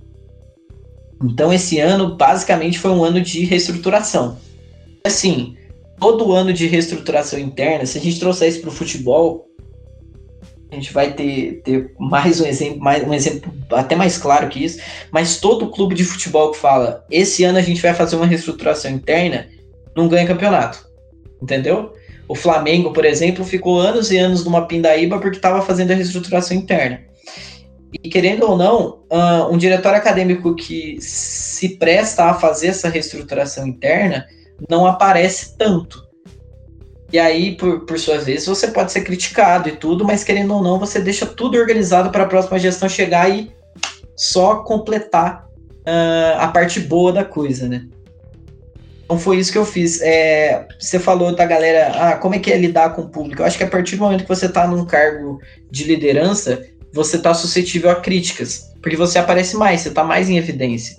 Então esse ano basicamente foi um ano de reestruturação. Assim, todo ano de reestruturação interna, se a gente trouxer isso para o futebol, a gente vai ter mais um exemplo até mais claro que isso, mas todo clube de futebol que fala, esse ano a gente vai fazer uma reestruturação interna, não ganha campeonato, entendeu? O Flamengo, por exemplo, ficou anos e anos numa pindaíba porque estava fazendo a reestruturação interna. E querendo ou não, um diretório acadêmico que se presta a fazer essa reestruturação interna não aparece tanto. E aí, por suas vezes, você pode ser criticado e tudo, mas querendo ou não, você deixa tudo organizado para a próxima gestão chegar e só completar a parte boa da coisa, né? Então foi isso que eu fiz. Você falou da galera, como é que é lidar com o público? Eu acho que a partir do momento que você está num cargo de liderança, você está suscetível a críticas, porque você aparece mais, você está mais em evidência.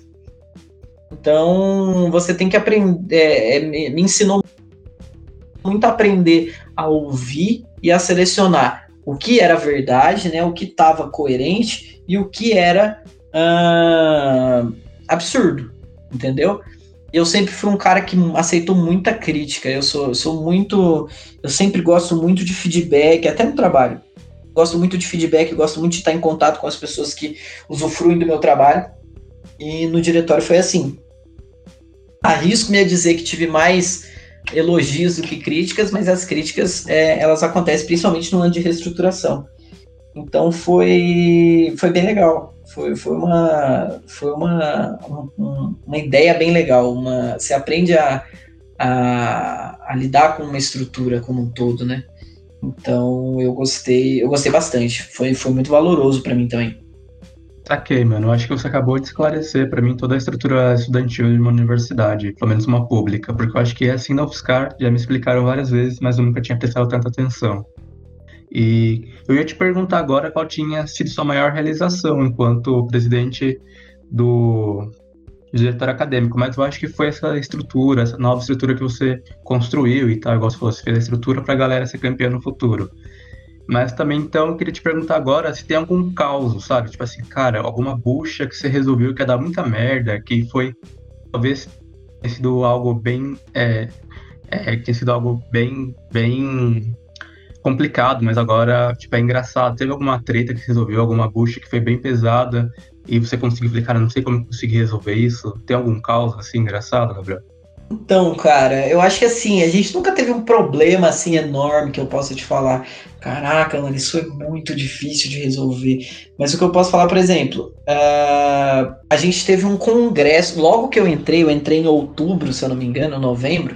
Então, você tem que aprender, me ensinou muito a aprender a ouvir e a selecionar o que era verdade, né, o que estava coerente e o que era absurdo, entendeu? Eu sempre fui um cara que aceitou muita crítica, eu sempre gosto muito de feedback, até no trabalho. Gosto muito de feedback, gosto muito de estar em contato com as pessoas que usufruem do meu trabalho, e no diretório foi assim. Arrisco-me a dizer que tive mais elogios do que críticas, mas as críticas, elas acontecem principalmente no ano de reestruturação. Então foi bem legal, foi uma ideia bem legal, você aprende a lidar com uma estrutura como um todo, né? Então eu gostei bastante, foi muito valoroso para mim também. Saquei, mano. Eu acho que você acabou de esclarecer pra mim toda a estrutura estudantil de uma universidade, pelo menos uma pública, porque eu acho que é assim na UFSCar, já me explicaram várias vezes, mas eu nunca tinha prestado tanta atenção. E eu ia te perguntar agora qual tinha sido sua maior realização enquanto presidente do diretor acadêmico, mas eu acho que foi essa estrutura, essa nova estrutura que você construiu e tal, igual você falou, você fez a estrutura pra galera ser campeã no futuro. Mas também, então, eu queria te perguntar agora se tem algum caos, sabe? Tipo assim, cara, alguma bucha que você resolveu que ia dar muita merda, que foi, talvez, tenha sido algo bem, que tenha sido algo bem complicado, mas agora, tipo, é engraçado. Teve alguma treta que você resolveu, alguma bucha que foi bem pesada, e você conseguiu falar, cara, não sei como eu consegui resolver isso. Tem algum caos, assim, engraçado, Gabriel? Então, cara, eu acho que assim, a gente nunca teve um problema assim enorme que eu possa te falar, caraca, mano, isso foi muito difícil de resolver. Mas o que eu posso falar, por exemplo, a gente teve um congresso, logo que eu entrei em outubro, se eu não me engano, novembro,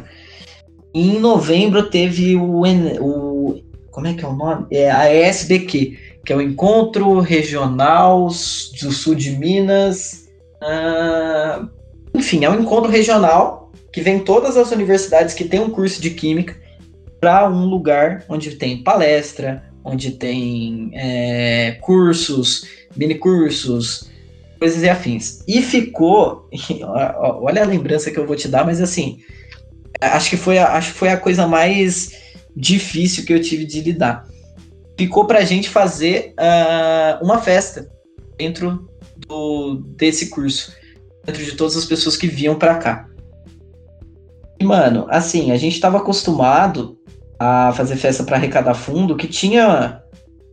e em novembro teve como é que é o nome? A ESBQ, que é o Encontro Regional do Sul de Minas. Enfim, é um encontro regional que vem todas as universidades que têm um curso de Química para um lugar onde tem palestra, onde tem cursos, mini-cursos, coisas e afins. E ficou... Olha a lembrança que eu vou te dar, mas assim, acho que foi a coisa mais difícil que eu tive de lidar. Ficou pra gente fazer uma festa dentro desse curso, dentro de todas as pessoas que vinham pra cá. E, mano, assim, a gente tava acostumado a fazer festa pra arrecadar fundo, que tinha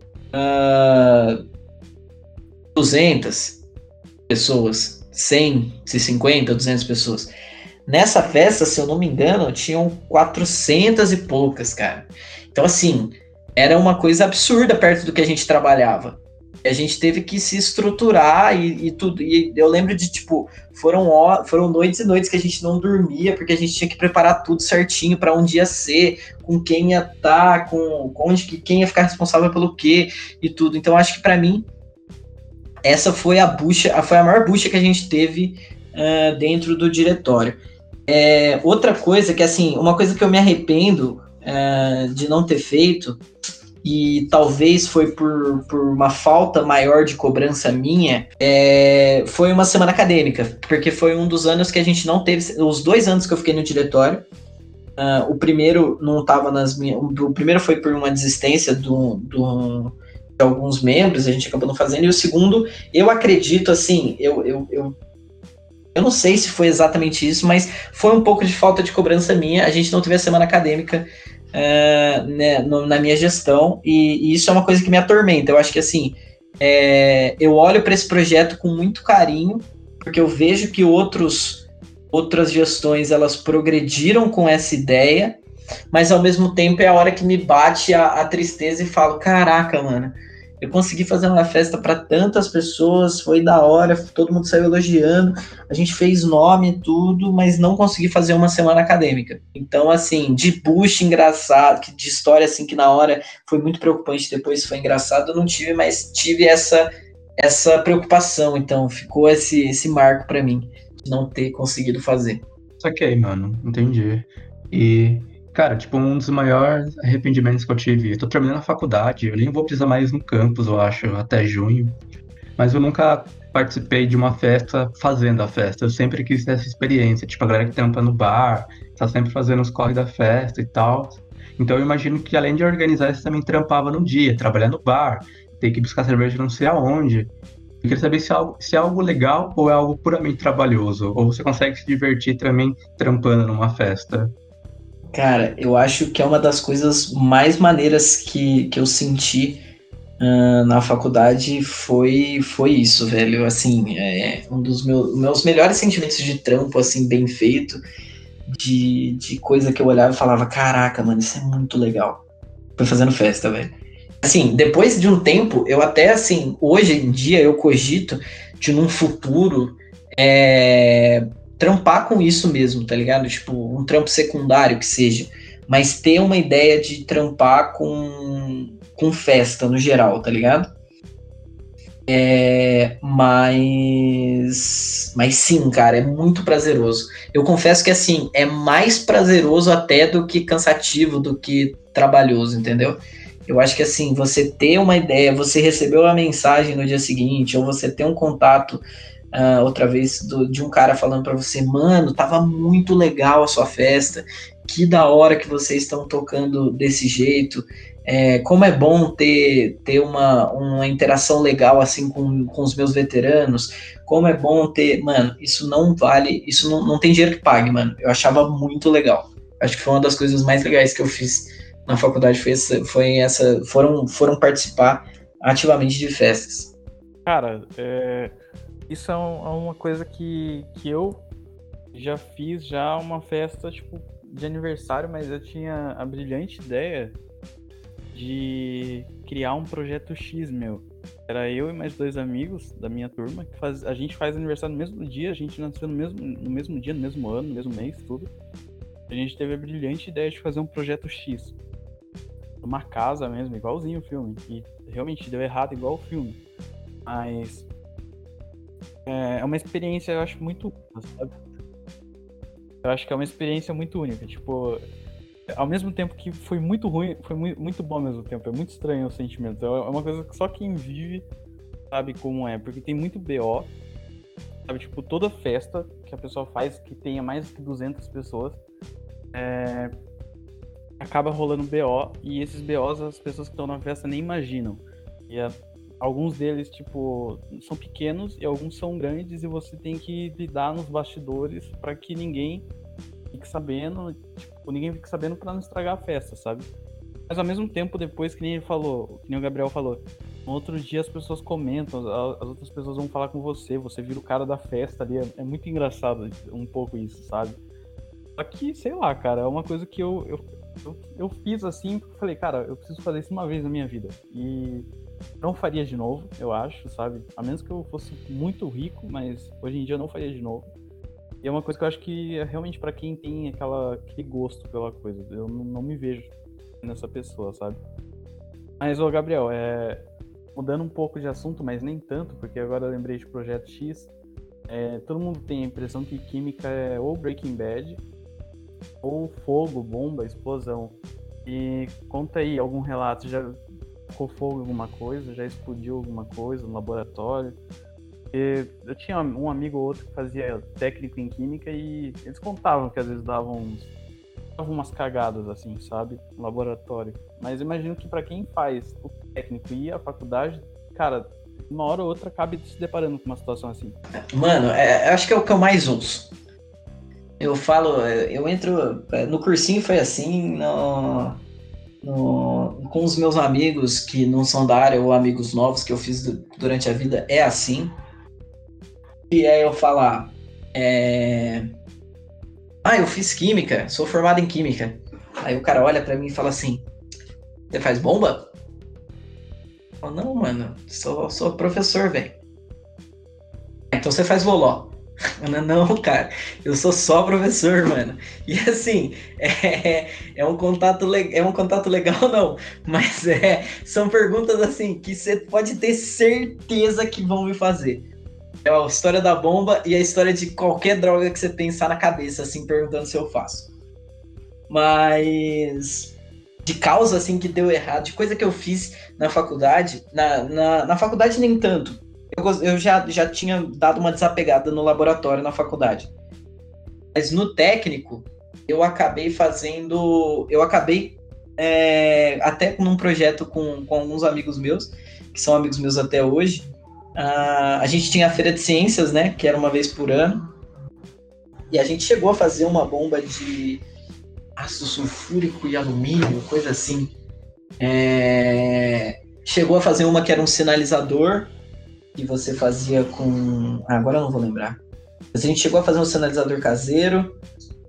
200 pessoas, 150, 200 pessoas. Nessa festa, se eu não me engano, tinham 400 e poucas, cara. Então, assim, era uma coisa absurda perto do que a gente trabalhava. A gente teve que se estruturar e tudo. E eu lembro de, tipo, foram noites e noites que a gente não dormia, porque a gente tinha que preparar tudo certinho para onde ia ser, com quem ia estar, quem ia ficar responsável pelo quê e tudo. Então, acho que para mim, essa foi a maior bucha que a gente teve dentro do diretório. Outra coisa que, assim, uma coisa que eu me arrependo de não ter feito, e talvez foi por uma falta maior de cobrança minha, foi uma semana acadêmica, porque foi um dos anos que a gente não teve, os 2 anos que eu fiquei no diretório. O primeiro não estava o primeiro foi por uma desistência de alguns membros, a gente acabou não fazendo, e o segundo, eu acredito, assim, eu não sei se foi exatamente isso, mas foi um pouco de falta de cobrança minha. A gente não teve a semana acadêmica na minha gestão, e isso é uma coisa que me atormenta. Eu acho que, assim, eu olho para esse projeto com muito carinho, porque eu vejo que outras gestões, elas progrediram com essa ideia, mas ao mesmo tempo é a hora que me bate a tristeza e falo, caraca, mano, eu consegui fazer uma festa para tantas pessoas, foi da hora, todo mundo saiu elogiando, a gente fez nome e tudo, mas não consegui fazer uma semana acadêmica. Então, assim, de bucha engraçado, de história assim que na hora foi muito preocupante, depois foi engraçado, eu não tive, mas tive essa preocupação. Então, ficou esse marco para mim, de não ter conseguido fazer. Saquei, mano, entendi. E, cara, tipo, um dos maiores arrependimentos que eu tive, eu tô terminando a faculdade, eu nem vou precisar mais no campus, eu acho, até junho, mas eu nunca participei de uma festa fazendo a festa, eu sempre quis ter essa experiência, tipo, a galera que tampa no bar, tá sempre fazendo os corre da festa e tal, então eu imagino que além de organizar, você também trampava no dia, trabalhar no bar, ter que buscar cerveja não sei aonde. Eu queria saber se é algo legal ou é algo puramente trabalhoso, ou você consegue se divertir também trampando numa festa. Cara, eu acho que é uma das coisas mais maneiras que eu senti na faculdade foi isso, velho. Assim, um dos meus melhores sentimentos de trampo, assim, bem feito, de coisa que eu olhava e falava, caraca, mano, isso é muito legal. Foi fazendo festa, velho. Assim, depois de um tempo, eu até, assim, hoje em dia eu cogito de num futuro trampar com isso mesmo, tá ligado? Tipo, um trampo secundário que seja, mas ter uma ideia de trampar com festa no geral, tá ligado? Mas sim, cara, é muito prazeroso. Eu confesso que, assim, é mais prazeroso até do que cansativo, do que trabalhoso, entendeu? Eu acho que, assim, você ter uma ideia, você recebeu a mensagem no dia seguinte, ou você ter um contato outra vez de um cara falando pra você, mano, tava muito legal a sua festa, que da hora que vocês estão tocando desse jeito, como é bom ter uma interação legal assim com os meus veteranos, como é bom ter, mano, isso não vale, isso não tem dinheiro que pague, mano. Eu achava muito legal. Acho que foi uma das coisas mais legais que eu fiz na faculdade, foram participar ativamente de festas. Cara, isso é uma coisa que eu já fiz já uma festa, tipo, de aniversário, mas eu tinha a brilhante ideia de criar um projeto X, meu. Era eu e mais 2 amigos da minha turma, que a gente faz aniversário no mesmo dia, a gente nasceu no mesmo dia, no mesmo ano, no mesmo mês, tudo. A gente teve a brilhante ideia de fazer um projeto X. Uma casa mesmo, igualzinho o filme. E realmente deu errado igual o filme. Mas é uma experiência, eu acho, muito única, sabe? Eu acho que é uma experiência muito única. Tipo, ao mesmo tempo que foi muito ruim, foi muito bom ao mesmo tempo. É muito estranho o sentimento. É uma coisa que só quem vive sabe como é. Porque tem muito BO, sabe? Tipo, toda festa que a pessoa faz, que tenha mais que 200 pessoas, acaba rolando BO. E esses BOs as pessoas que estão na festa nem imaginam. E alguns deles, tipo, são pequenos e alguns são grandes, e você tem que lidar nos bastidores para que ninguém fique sabendo, tipo, ninguém fique sabendo para não estragar a festa, sabe? Mas ao mesmo tempo, depois, que nem ele falou, que nem o Gabriel falou, no outro dia as pessoas comentam, as outras pessoas vão falar com você vira o cara da festa ali, é muito engraçado um pouco isso, sabe? Só que, sei lá, cara, é uma coisa que eu fiz assim, falei, cara, eu preciso fazer isso uma vez na minha vida, e não faria de novo, eu acho, sabe? A menos que eu fosse muito rico, mas hoje em dia eu não faria de novo. E é uma coisa que eu acho que é realmente pra quem tem aquele gosto pela coisa. Eu não me vejo nessa pessoa, sabe? Mas, ô Gabriel, mudando um pouco de assunto, mas nem tanto, porque agora eu lembrei de Projeto X. Todo mundo tem a impressão que química é ou Breaking Bad, ou fogo, bomba, explosão. E conta aí algum relato, já ficou fogo em alguma coisa, já explodiu alguma coisa no laboratório? Eu tinha um amigo ou outro que fazia técnico em química e eles contavam que às vezes davam umas cagadas assim, sabe, no laboratório. Mas eu imagino que pra quem faz o técnico e a faculdade, cara, uma hora ou outra acaba se deparando com uma situação assim. Mano, eu acho que é o que eu mais ouço. Eu falo, eu entro no cursinho, foi assim, com os meus amigos que não são da área ou amigos novos que eu fiz durante a vida, é assim. E aí eu falar, eu fiz química, sou formado em química. Aí o cara olha pra mim e fala assim, você faz bomba? Eu falo, não, mano, sou professor, velho. Então você faz loló. Não, cara, eu sou só professor, mano. E assim, é um contato legal, não. Mas são perguntas assim que você pode ter certeza que vão me fazer. É a história da bomba e a história de qualquer droga que você pensar na cabeça, assim, perguntando se eu faço. Mas de causa, assim, que deu errado, de coisa que eu fiz na faculdade, na faculdade nem tanto. Eu já tinha dado uma desapegada no laboratório na faculdade. Mas no técnico, eu acabei até num projeto com alguns amigos meus, que são amigos meus até hoje. A gente tinha a Feira de Ciências, né, que era uma vez por ano. E a gente chegou a fazer uma bomba de ácido sulfúrico e alumínio, coisa assim. Chegou a fazer uma que era um sinalizador, que você fazia com... agora eu não vou lembrar. Mas a gente chegou a fazer um sinalizador caseiro.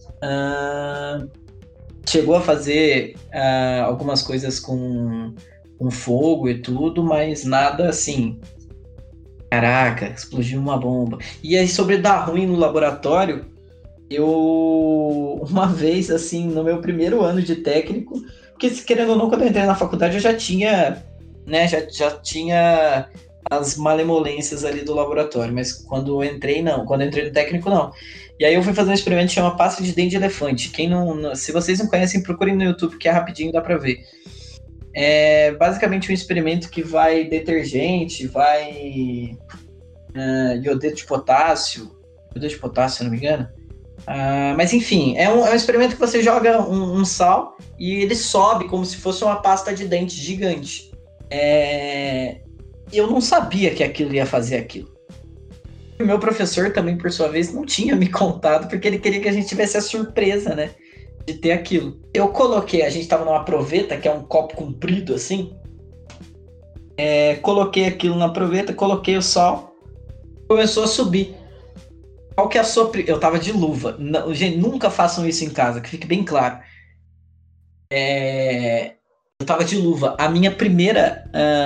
Chegou a fazer algumas coisas com fogo e tudo, mas nada assim. Caraca, explodiu uma bomba. E aí, sobre dar ruim no laboratório, eu, uma vez, assim, no meu primeiro ano de técnico, porque, querendo ou não, quando eu entrei na faculdade, eu já tinha, né, já tinha as malemolências ali do laboratório, mas quando eu entrei, não. Quando eu entrei no técnico, não. E aí eu fui fazer um experimento que chama pasta de dente de elefante. Se vocês não conhecem, procurem no YouTube, que é rapidinho, dá pra ver. É basicamente um experimento que vai detergente, vai iodeto de potássio, se não me engano. Mas enfim, é um experimento que você joga um sal e ele sobe como se fosse uma pasta de dente gigante. Eu não sabia que aquilo ia fazer aquilo. O meu professor também, por sua vez, não tinha me contado, porque ele queria que a gente tivesse a surpresa, né, de ter aquilo. Eu coloquei, a gente tava numa proveta, que é um copo comprido assim, coloquei aquilo na proveta, coloquei o sal, começou a subir. Qual que é a sua... Eu tava de luva. Não, gente, nunca façam isso em casa, que fique bem claro. Eu tava de luva. A minha primeira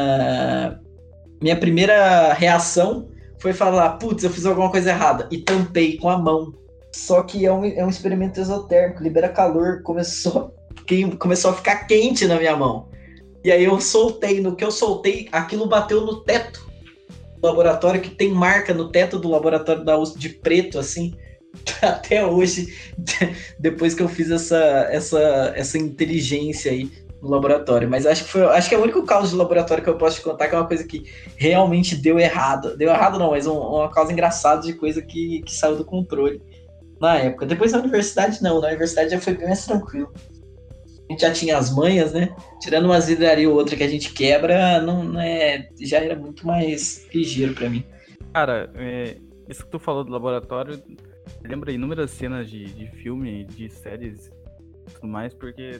reação foi falar, putz, eu fiz alguma coisa errada, e tampei com a mão. Só que é um experimento exotérmico, libera calor, começou a ficar quente na minha mão. E aí eu soltei, no que eu soltei, aquilo bateu no teto do laboratório, que tem marca no teto do laboratório da USP de preto, assim, até hoje, depois que eu fiz essa inteligência aí no laboratório. Mas acho que é o único caso de laboratório que eu posso te contar que é uma coisa que realmente deu errado. Deu errado não, mas uma causa engraçada de coisa que saiu do controle na época. Depois na universidade não, na universidade já foi bem mais tranquilo. A gente já tinha as manhas, né? Tirando umas vidrarias ou outra que a gente quebra, não é, já era muito mais ligeiro pra mim. Cara, isso que tu falou do laboratório, lembra inúmeras cenas de filme, de séries e tudo mais, porque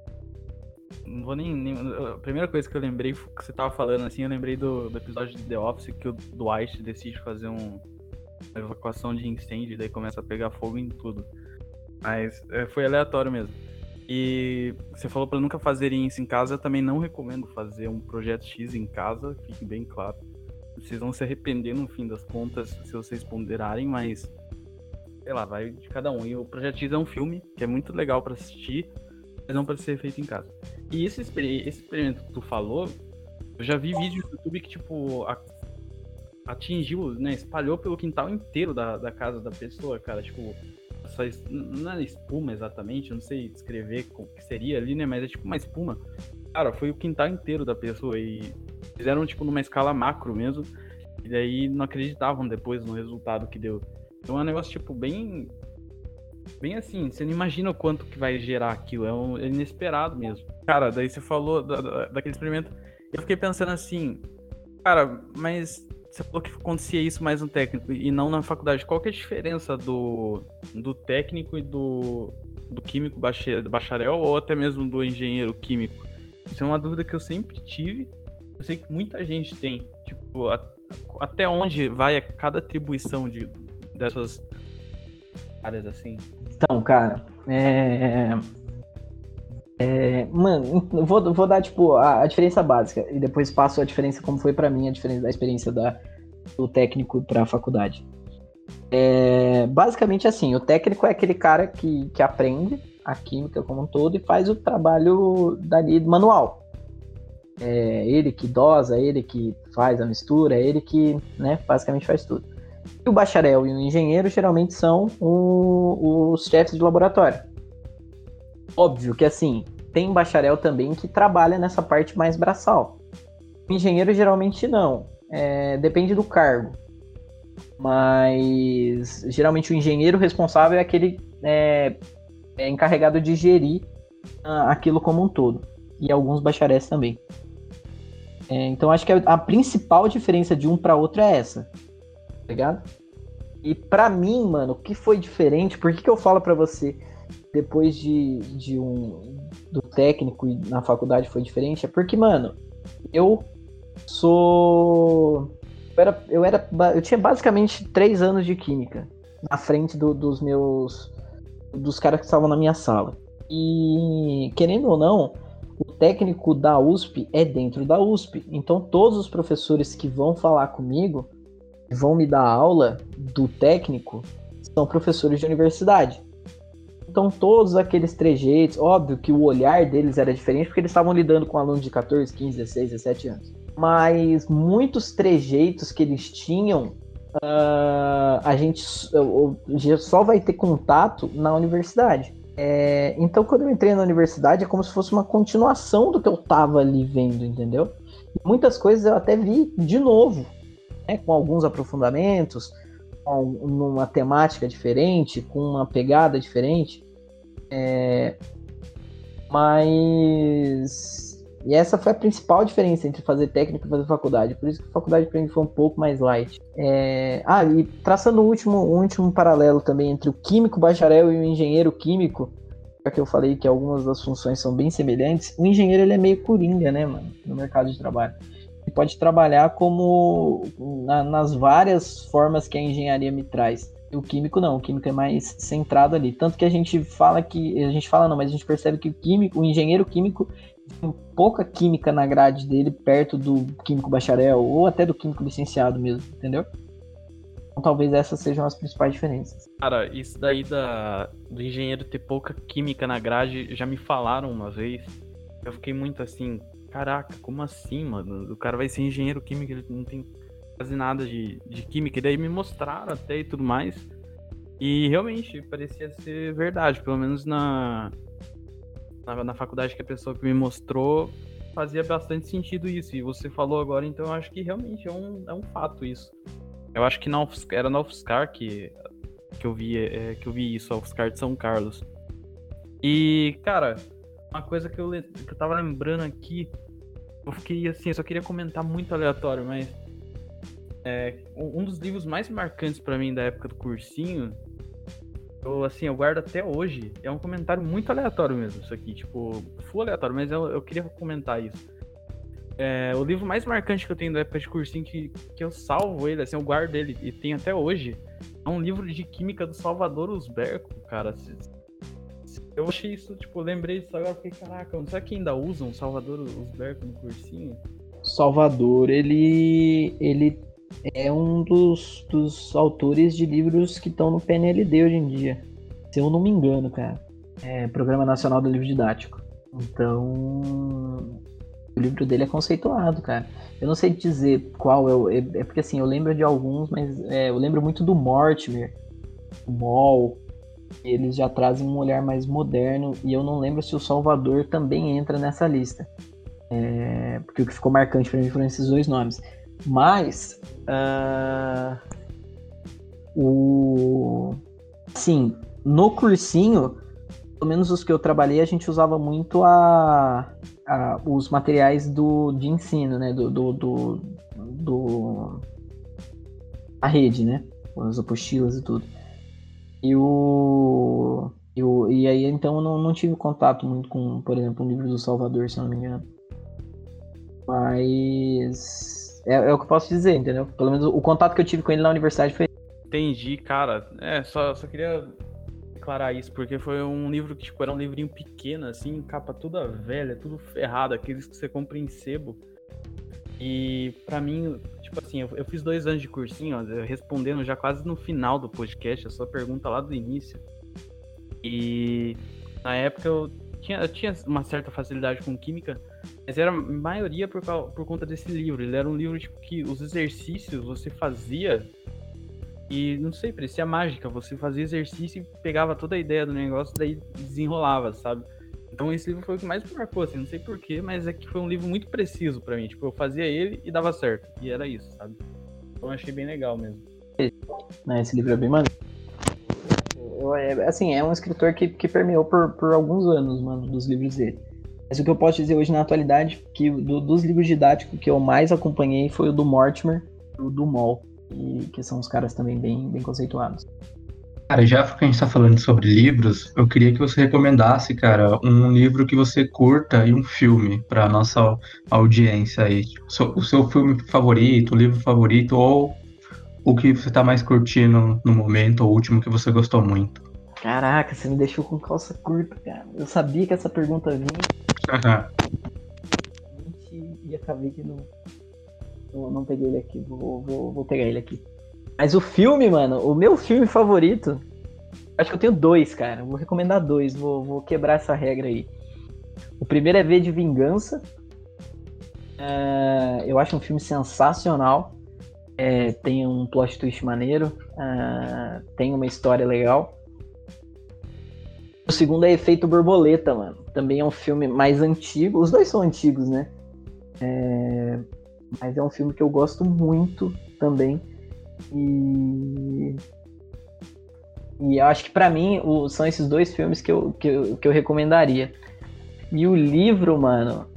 não vou nem. A primeira coisa que eu lembrei que você tava falando, assim, eu lembrei do episódio de The Office que o Dwight decide fazer uma evacuação de incêndio e daí começa a pegar fogo em tudo. Mas foi aleatório mesmo. E você falou pra nunca fazerem isso em casa, eu também não recomendo fazer um projeto X em casa, fique bem claro. Vocês vão se arrepender no fim das contas se vocês ponderarem, mas sei lá, vai de cada um. E o Projeto X é um filme que é muito legal pra assistir, mas não pra ser feito em casa. E esse experimento que tu falou, eu já vi vídeos no YouTube que, tipo, atingiu, né, espalhou pelo quintal inteiro da casa da pessoa, cara, tipo, não é espuma exatamente, eu não sei descrever o que seria ali, né, mas é tipo uma espuma. Cara, foi o quintal inteiro da pessoa e fizeram, tipo, numa escala macro mesmo, e daí não acreditavam depois no resultado que deu. Então é um negócio, tipo, bem assim, você não imagina o quanto que vai gerar aquilo, é inesperado mesmo. Cara, daí você falou daquele experimento, eu fiquei pensando assim, cara, mas você falou que acontecia isso mais no técnico e não na faculdade. Qual que é a diferença do técnico e do químico bacharel ou até mesmo do engenheiro químico? Isso é uma dúvida que eu sempre tive. Eu sei que muita gente tem. Tipo, até onde vai cada atribuição dessas áreas assim? Então, cara, mano, eu vou dar, tipo, a diferença básica e depois passo a diferença como foi pra mim, a diferença da experiência do técnico pra faculdade. Basicamente assim, o técnico é aquele cara que aprende a química como um todo e faz o trabalho dali manual. É ele que dosa, ele que faz a mistura, é ele que, né, basicamente faz tudo. E o bacharel e o engenheiro geralmente são os chefes de laboratório. Óbvio que, assim, tem bacharel também que trabalha nessa parte mais braçal. O engenheiro geralmente não. Depende do cargo. Mas, geralmente, o engenheiro responsável é aquele encarregado de gerir aquilo como um todo. E alguns bacharéis também. Então, acho que a principal diferença de um para outro é essa. Tá ligado? E pra mim, mano, o que foi diferente? Por que eu falo pra você depois do técnico e na faculdade foi diferente? É porque, mano, eu tinha basicamente 3 anos de química na frente dos caras que estavam na minha sala. E, querendo ou não, o técnico da USP é dentro da USP. Então, todos os professores que vão falar comigo, vão me dar aula do técnico, são professores de universidade. Então todos aqueles trejeitos, óbvio que o olhar deles era diferente porque eles estavam lidando com alunos de 14, 15, 16, 17 anos. Mas muitos trejeitos que eles tinham, a gente só vai ter contato na universidade. Então quando eu entrei na universidade é como se fosse uma continuação do que eu tava ali vendo, entendeu? E muitas coisas eu até vi de novo. Com alguns aprofundamentos, com uma temática diferente, com uma pegada diferente. Mas... E essa foi a principal diferença entre fazer técnico e fazer faculdade. Por isso que a faculdade para mim foi um pouco mais light. E traçando um último paralelo também entre o químico bacharel e o engenheiro químico, já que eu falei que algumas das funções são bem semelhantes, o engenheiro ele é meio coringa, né, mano, no mercado de trabalho. Ele pode trabalhar como nas várias formas que a engenharia me traz. E o químico não, o químico é mais centrado ali. Tanto que a gente percebe que o engenheiro químico tem pouca química na grade dele perto do químico bacharel ou até do químico licenciado mesmo, entendeu? Então talvez essas sejam as principais diferenças. Cara, isso daí do engenheiro ter pouca química na grade, já me falaram uma vez. Eu fiquei muito assim, caraca, como assim, mano? O cara vai ser engenheiro químico, ele não tem quase nada de química. E daí me mostraram até e tudo mais. E realmente parecia ser verdade, pelo menos na faculdade que a pessoa que me mostrou fazia bastante sentido isso. E você falou agora, então eu acho que realmente é um fato isso. Eu acho que era na UFSCar que eu vi isso, a UFSCar de São Carlos. E, cara, uma coisa que eu tava lembrando aqui, eu fiquei assim, eu só queria comentar muito aleatório, mas um dos livros mais marcantes pra mim da época do cursinho, eu guardo até hoje, é um comentário muito aleatório mesmo, isso aqui, tipo, full aleatório, mas eu queria comentar isso. O livro mais marcante que eu tenho da época de cursinho, que eu salvo ele, assim, eu guardo ele e tenho até hoje, é um livro de química do Salvador Usberco, cara. Eu achei isso, tipo, lembrei disso agora, fiquei, caraca, será que ainda usam Salvador Usberco no cursinho? Salvador, ele é um dos autores de livros que estão no PNLD hoje em dia. Se eu não me engano, cara. É Programa Nacional do Livro Didático. Então, o livro dele é conceituado, cara. Eu não sei dizer qual é porque assim, eu lembro de alguns, mas eu lembro muito do Mortimer, o Moll. Eles já trazem um olhar mais moderno, e eu não lembro se o Salvador também entra nessa lista. Porque o que ficou marcante pra mim foram esses dois nomes. Mas, sim, no cursinho, pelo menos os que eu trabalhei, a gente usava muito os materiais de ensino, né? A rede, né? As apostilas e tudo. E aí, então, eu não tive contato muito com, por exemplo, o livro do Salvador, se eu não me engano. Mas é o que eu posso dizer, entendeu? Pelo menos o contato que eu tive com ele na universidade foi... Entendi, cara. Só queria declarar isso, porque foi um livro que, tipo, era um livrinho pequeno, assim, capa toda velha, tudo ferrado, aqueles que você compra em sebo. E pra mim, tipo assim, eu fiz 2 anos de cursinho, ó, respondendo já quase no final do podcast, a sua pergunta lá do início. E na época eu tinha uma certa facilidade com química, mas era a maioria por conta desse livro. Ele era um livro tipo, que os exercícios você fazia e, não sei, parecia mágica. Você fazia exercício e pegava toda a ideia do negócio, daí desenrolava, sabe? Então esse livro foi o que mais me marcou, assim, não sei porquê, mas é que foi um livro muito preciso pra mim. Tipo, eu fazia ele e dava certo. E era isso, sabe? Então eu achei bem legal mesmo. Esse livro é bem maneiro. Assim, é um escritor que permeou por alguns anos, mano, dos livros dele. Mas o que eu posso dizer hoje na atualidade, que dos livros didáticos que eu mais acompanhei foi o do Mortimer e o do Moll, que são os caras também bem conceituados. Cara, já que a gente tá falando sobre livros, eu queria que você recomendasse, cara, um livro que você curta e um filme pra nossa audiência aí. O seu filme favorito, o livro favorito, ou o que você tá mais curtindo no momento, ou o último que você gostou muito. Caraca, você me deixou com calça curta, cara. Eu sabia que essa pergunta vinha. E acabei que não peguei ele aqui. Vou pegar ele aqui. Mas o filme, mano, o meu filme favorito, acho que eu tenho 2, cara. Vou recomendar 2, vou quebrar essa regra aí. O primeiro é V de Vingança. Eu acho um filme sensacional. Tem um plot twist maneiro. Tem uma história legal. O segundo é Efeito Borboleta, mano. Também é um filme mais antigo. Os dois são antigos, né? Mas é um filme que eu gosto muito também. E eu acho que pra mim são esses 2 filmes que eu recomendaria. E o livro, mano,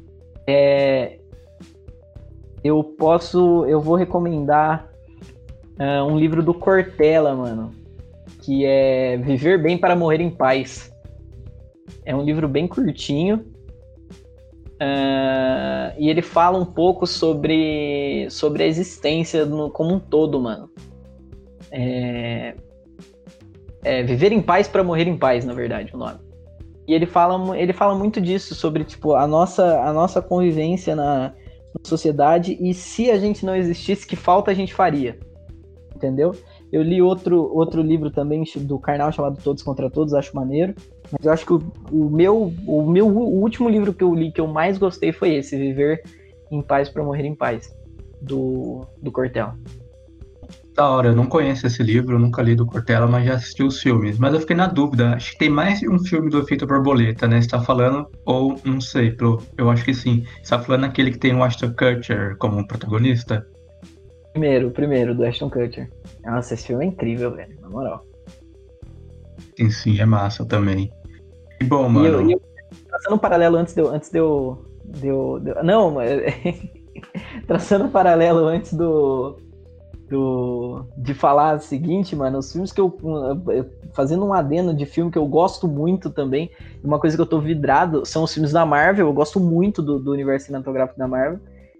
eu vou recomendar um livro do Cortella, mano, que é Viver Bem para Morrer em Paz. É um livro bem curtinho. E ele fala um pouco sobre a existência como um todo, mano. Viver em paz para morrer em paz, na verdade, o nome. E ele fala muito disso, sobre tipo, a nossa convivência na sociedade, e se a gente não existisse, que falta a gente faria. Entendeu? Eu li outro livro também do Karnal chamado Todos contra Todos, acho maneiro. Mas eu acho que o último livro que eu li que eu mais gostei foi esse, Viver em Paz para Morrer em Paz, do Cortella. Da hora, eu não conheço esse livro, eu nunca li do Cortella, mas já assisti os filmes. Mas eu fiquei na dúvida, acho que tem mais de um filme do Efeito Borboleta, né? Você tá falando, ou não sei, eu acho que sim. Você tá falando aquele que tem o Ashton Kutcher como protagonista? O primeiro, do Ashton Kutcher. Nossa, esse filme é incrível, velho, na moral. Sim, é massa também. E bom, mano... E eu traçando um paralelo traçando um paralelo antes de falar o seguinte, mano, os filmes que fazendo um adendo de filme que eu gosto muito também, uma coisa que eu tô vidrado são os filmes da Marvel. Eu gosto muito do universo cinematográfico da Marvel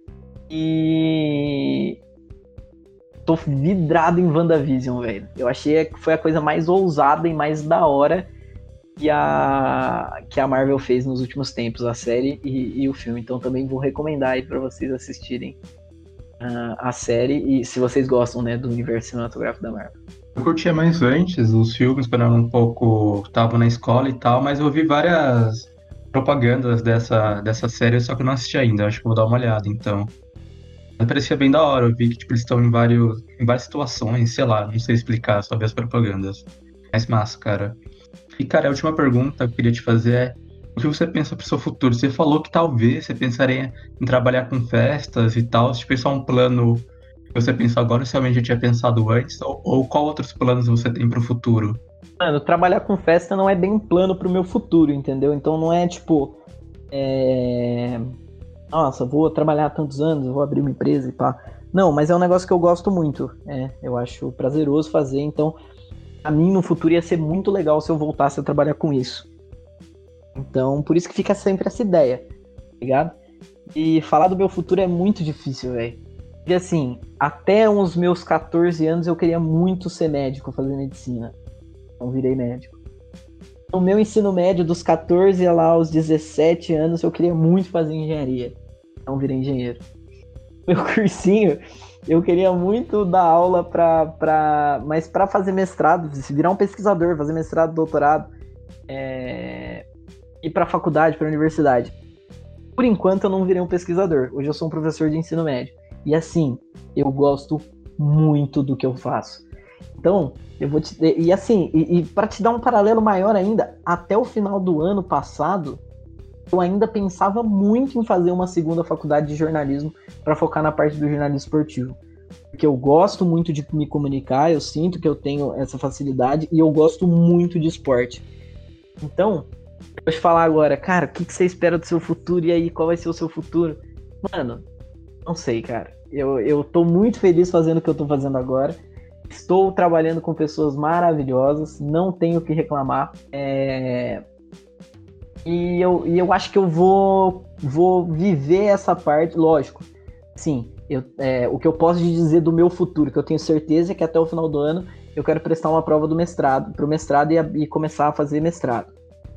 e tô vidrado em WandaVision, velho. Eu achei que foi a coisa mais ousada e mais da hora que a Marvel fez nos últimos tempos, a série e o filme. Então também vou recomendar aí pra vocês assistirem a série, e se vocês gostam, né, do universo cinematográfico da Marvel. Eu curtia mais antes os filmes, quando eu era um pouco... tava na escola e tal, mas eu vi várias propagandas dessa série, só que eu não assisti ainda, acho que eu vou dar uma olhada, então. Mas parecia bem da hora, eu vi que tipo, eles estão em várias situações, sei lá, não sei explicar, só ver as propagandas. Mas massa, cara. E, cara, a última pergunta que eu queria te fazer é: o que você pensa pro seu futuro? Você falou que talvez você pensaria em trabalhar com festas e tal. Tipo, isso é um plano que você pensou agora, ou se realmente já tinha pensado antes? Ou qual outros planos você tem pro futuro? Mano, trabalhar com festa não é bem um plano pro meu futuro, entendeu? Então não é tipo... Nossa, vou trabalhar há tantos anos, vou abrir uma empresa e pá. Não, mas é um negócio que eu gosto muito. Eu acho prazeroso fazer, então... A mim, no futuro, ia ser muito legal se eu voltasse a trabalhar com isso. Então, por isso que fica sempre essa ideia, tá ligado? E falar do meu futuro é muito difícil, velho. Porque, assim, até os meus 14 anos eu queria muito ser médico, fazer medicina. Então, virei médico. No meu ensino médio, dos 14 lá aos 17 anos, eu queria muito fazer engenharia. Então, virei engenheiro. Meu cursinho... Eu queria muito dar aula mas para fazer mestrado, virar um pesquisador, fazer mestrado, doutorado, ir para faculdade, para universidade. Por enquanto eu não virei um pesquisador. Hoje eu sou um professor de ensino médio. E assim, eu gosto muito do que eu faço. Então, eu vou te... E assim, para te dar um paralelo maior ainda, até o final do ano passado, eu ainda pensava muito em fazer uma segunda faculdade de jornalismo para focar na parte do jornalismo esportivo. Porque eu gosto muito de me comunicar, eu sinto que eu tenho essa facilidade e eu gosto muito de esporte. Então, eu vou te falar agora, cara, o que você espera do seu futuro e aí, qual vai ser o seu futuro? Mano, não sei, cara. Eu tô muito feliz fazendo o que eu tô fazendo agora. Estou trabalhando com pessoas maravilhosas, não tenho o que reclamar. E eu acho que eu vou viver essa parte, lógico. Sim, o que eu posso dizer do meu futuro, que eu tenho certeza é que até o final do ano eu quero prestar uma prova pro mestrado e começar a fazer mestrado.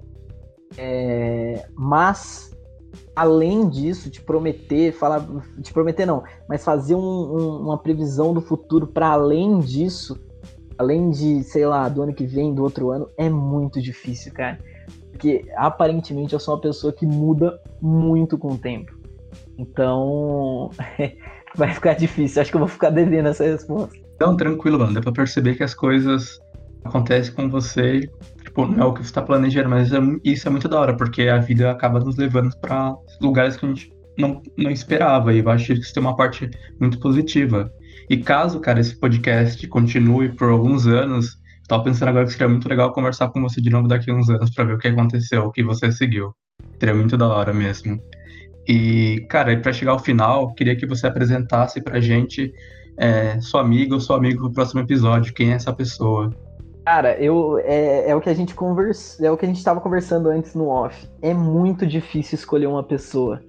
Mas, além disso, te prometer não, mas fazer uma previsão do futuro para além disso, além de, sei lá, do ano que vem, do outro ano, é muito difícil, cara. Porque, aparentemente, eu sou uma pessoa que muda muito com o tempo. Então, vai ficar difícil. Acho que eu vou ficar devendo essa resposta. Não, tranquilo, mano. Dá pra perceber que as coisas acontecem com você. Tipo, não é o que você tá planejando, mas isso é muito da hora, porque a vida acaba nos levando pra lugares que a gente não esperava. E eu acho que isso tem uma parte muito positiva. E caso, cara, esse podcast continue por alguns anos... Tava pensando agora que seria muito legal conversar com você de novo daqui a uns anos pra ver o que aconteceu, o que você seguiu. Seria muito da hora mesmo. E, cara, pra chegar ao final, queria que você apresentasse pra gente sua amiga ou seu amigo pro próximo episódio. Quem é essa pessoa? Cara, é o que a gente é o que a gente tava conversando antes no off. É muito difícil escolher uma pessoa.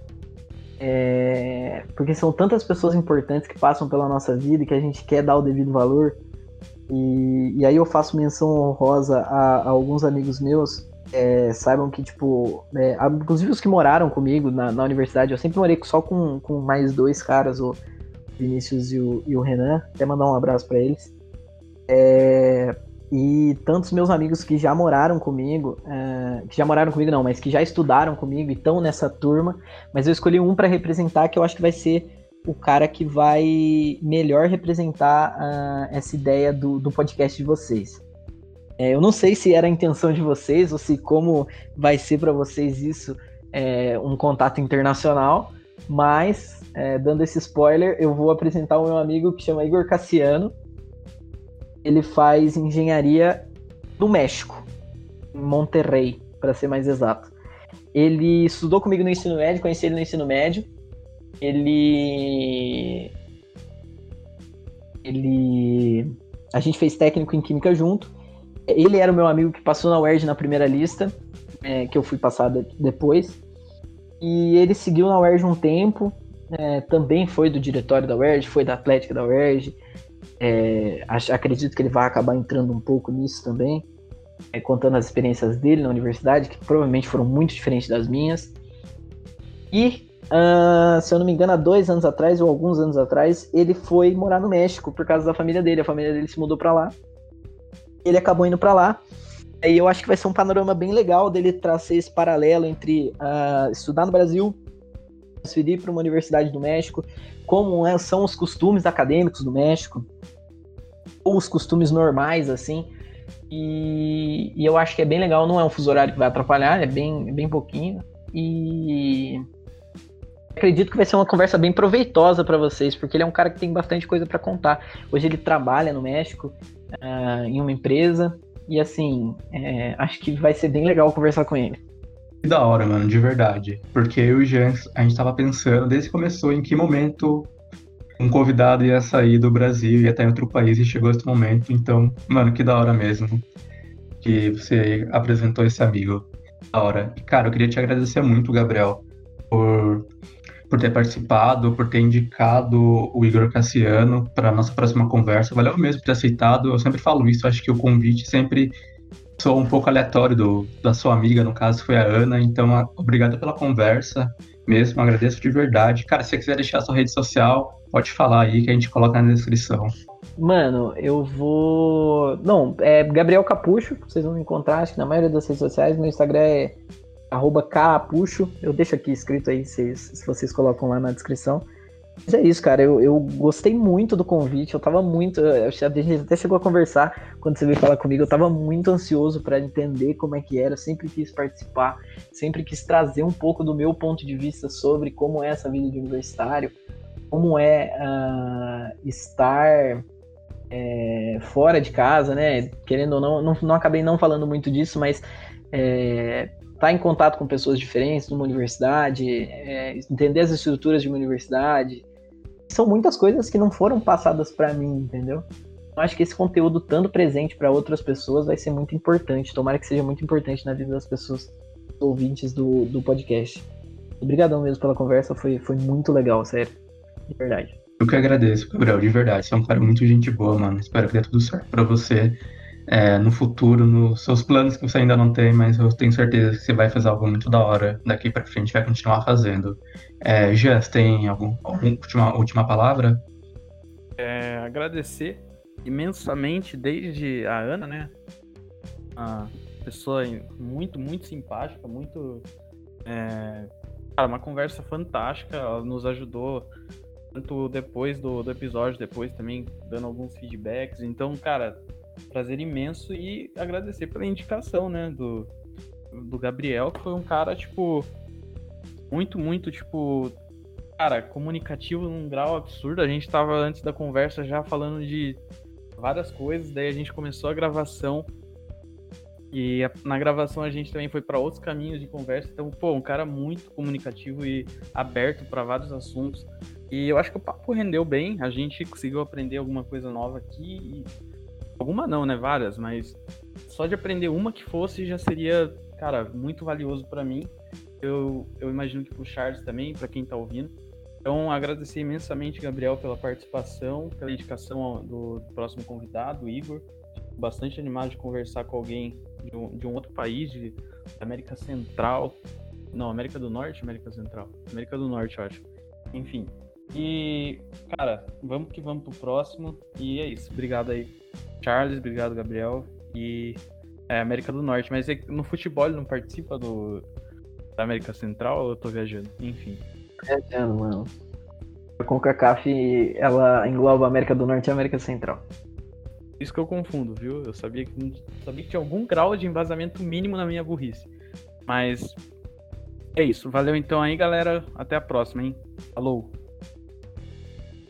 Porque são tantas pessoas importantes que passam pela nossa vida e que a gente quer dar o devido valor. E aí eu faço menção honrosa a alguns amigos meus, saibam que, tipo, inclusive os que moraram comigo na universidade, eu sempre morei só com mais dois caras, o Vinícius e o Renan, até mandar um abraço pra eles. E tantos meus amigos que já moraram comigo, não, mas que já estudaram comigo e estão nessa turma, mas eu escolhi um para representar, que eu acho que vai ser o cara que vai melhor representar essa ideia do podcast de vocês. Eu não sei se era a intenção de vocês, ou se como vai ser para vocês isso, um contato internacional, mas, dando esse spoiler, eu vou apresentar o meu amigo que chama Igor Cassiano. Ele faz engenharia no México, em Monterrey, para ser mais exato. Ele estudou comigo no ensino médio, conheci ele no ensino médio. A gente fez técnico em química junto. Ele era o meu amigo que passou na UERJ na primeira lista, que eu fui passado depois. E ele seguiu na UERJ um tempo, também foi do diretório da UERJ, foi da Atlética da UERJ. Acredito que ele vai acabar entrando um pouco nisso também, contando as experiências dele na universidade, que provavelmente foram muito diferentes das minhas. E, se eu não me engano, há 2 anos atrás, ou alguns anos atrás, ele foi morar no México por causa da família dele. A família dele se mudou para lá. Ele acabou indo para lá. E eu acho que vai ser um panorama bem legal dele traçar esse paralelo entre estudar no Brasil, transferir para uma universidade do México, como são os costumes acadêmicos do México, ou os costumes normais, assim. E eu acho que é bem legal, não é um fuso horário que vai atrapalhar, é bem pouquinho. E acredito que vai ser uma conversa bem proveitosa para vocês, porque ele é um cara que tem bastante coisa para contar. Hoje ele trabalha no México, em uma empresa, e assim, acho que vai ser bem legal conversar com ele. Que da hora, mano, de verdade. Porque eu e o Jean, a gente tava pensando, desde que começou, em que momento um convidado ia sair do Brasil, ia estar em outro país, e chegou esse momento. Então, mano, que da hora mesmo que você apresentou esse amigo. Da hora. E, cara, eu queria te agradecer muito, Gabriel, por ter participado, por ter indicado o Igor Cassiano para a nossa próxima conversa. Valeu mesmo por ter aceitado. Eu sempre falo isso, acho que o convite sempre sou um pouco aleatório da sua amiga, no caso foi a Ana, então obrigado pela conversa mesmo, agradeço de verdade. Cara, se você quiser deixar a sua rede social, pode falar aí que a gente coloca na descrição. Mano, eu vou... Não, Gabriel Capucho, vocês vão me encontrar, acho que na maioria das redes sociais. Meu Instagram é @capucho, eu deixo aqui escrito aí, se vocês colocam lá na descrição. Mas é isso, cara, eu gostei muito do convite, a gente até chegou a conversar quando você veio falar comigo, eu tava muito ansioso para entender como é que era, sempre quis participar, sempre quis trazer um pouco do meu ponto de vista sobre como é essa vida de universitário, como é estar fora de casa, né, querendo ou não acabei não falando muito disso, mas estar em contato com pessoas diferentes numa universidade, entender as estruturas de uma universidade. São muitas coisas que não foram passadas para mim, entendeu? Eu acho que esse conteúdo, estando presente para outras pessoas, vai ser muito importante. Tomara que seja muito importante na vida das pessoas, ouvintes do podcast. Obrigadão mesmo pela conversa, foi muito legal, sério. De verdade. Eu que agradeço, Gabriel, de verdade. Você é um cara muito gente boa, mano. Espero que dê tudo certo para você. No futuro, nos seus planos que você ainda não tem, mas eu tenho certeza que você vai fazer algo muito da hora daqui pra frente, vai continuar fazendo. Jean, você tem alguma última palavra? Agradecer imensamente desde a Ana, né? Uma pessoa muito, muito simpática, muito... Cara, uma conversa fantástica, ela nos ajudou tanto depois do episódio, depois também dando alguns feedbacks. Então, cara... prazer imenso e agradecer pela indicação, né, do Gabriel, que foi um cara, tipo, muito, muito, tipo, cara, comunicativo num grau absurdo. A gente tava antes da conversa já falando de várias coisas, daí a gente começou a gravação e na gravação a gente também foi para outros caminhos de conversa. Então, pô, um cara muito comunicativo e aberto para vários assuntos. E eu acho que o papo rendeu bem, a gente conseguiu aprender alguma coisa nova aqui. Alguma não, né? Várias, mas só de aprender uma que fosse já seria, cara, muito valioso para mim. Eu imagino que pro Charles também, para quem tá ouvindo. Então, agradecer imensamente, Gabriel, pela participação, pela indicação do próximo convidado, o Igor. Bastante animado de conversar com alguém de um outro país, da América Central. Não, América do Norte, América Central. América do Norte, eu acho. Enfim. E, cara, vamos que vamos pro próximo. E é isso. Obrigado aí, Charles. Obrigado, Gabriel. E América do Norte. Mas no futebol ele não participa da América Central ou eu tô viajando? Enfim. Viajando, mano. A CONCACAF, ela engloba a América do Norte e a América Central. Isso que eu confundo, viu? Eu sabia que tinha algum grau de embasamento mínimo na minha burrice. Mas é isso. Valeu então aí, galera. Até a próxima, hein? Falou!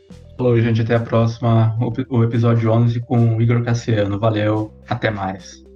Falou, gente, até a próxima, o episódio 11 com o Igor Cassiano. Valeu, até mais.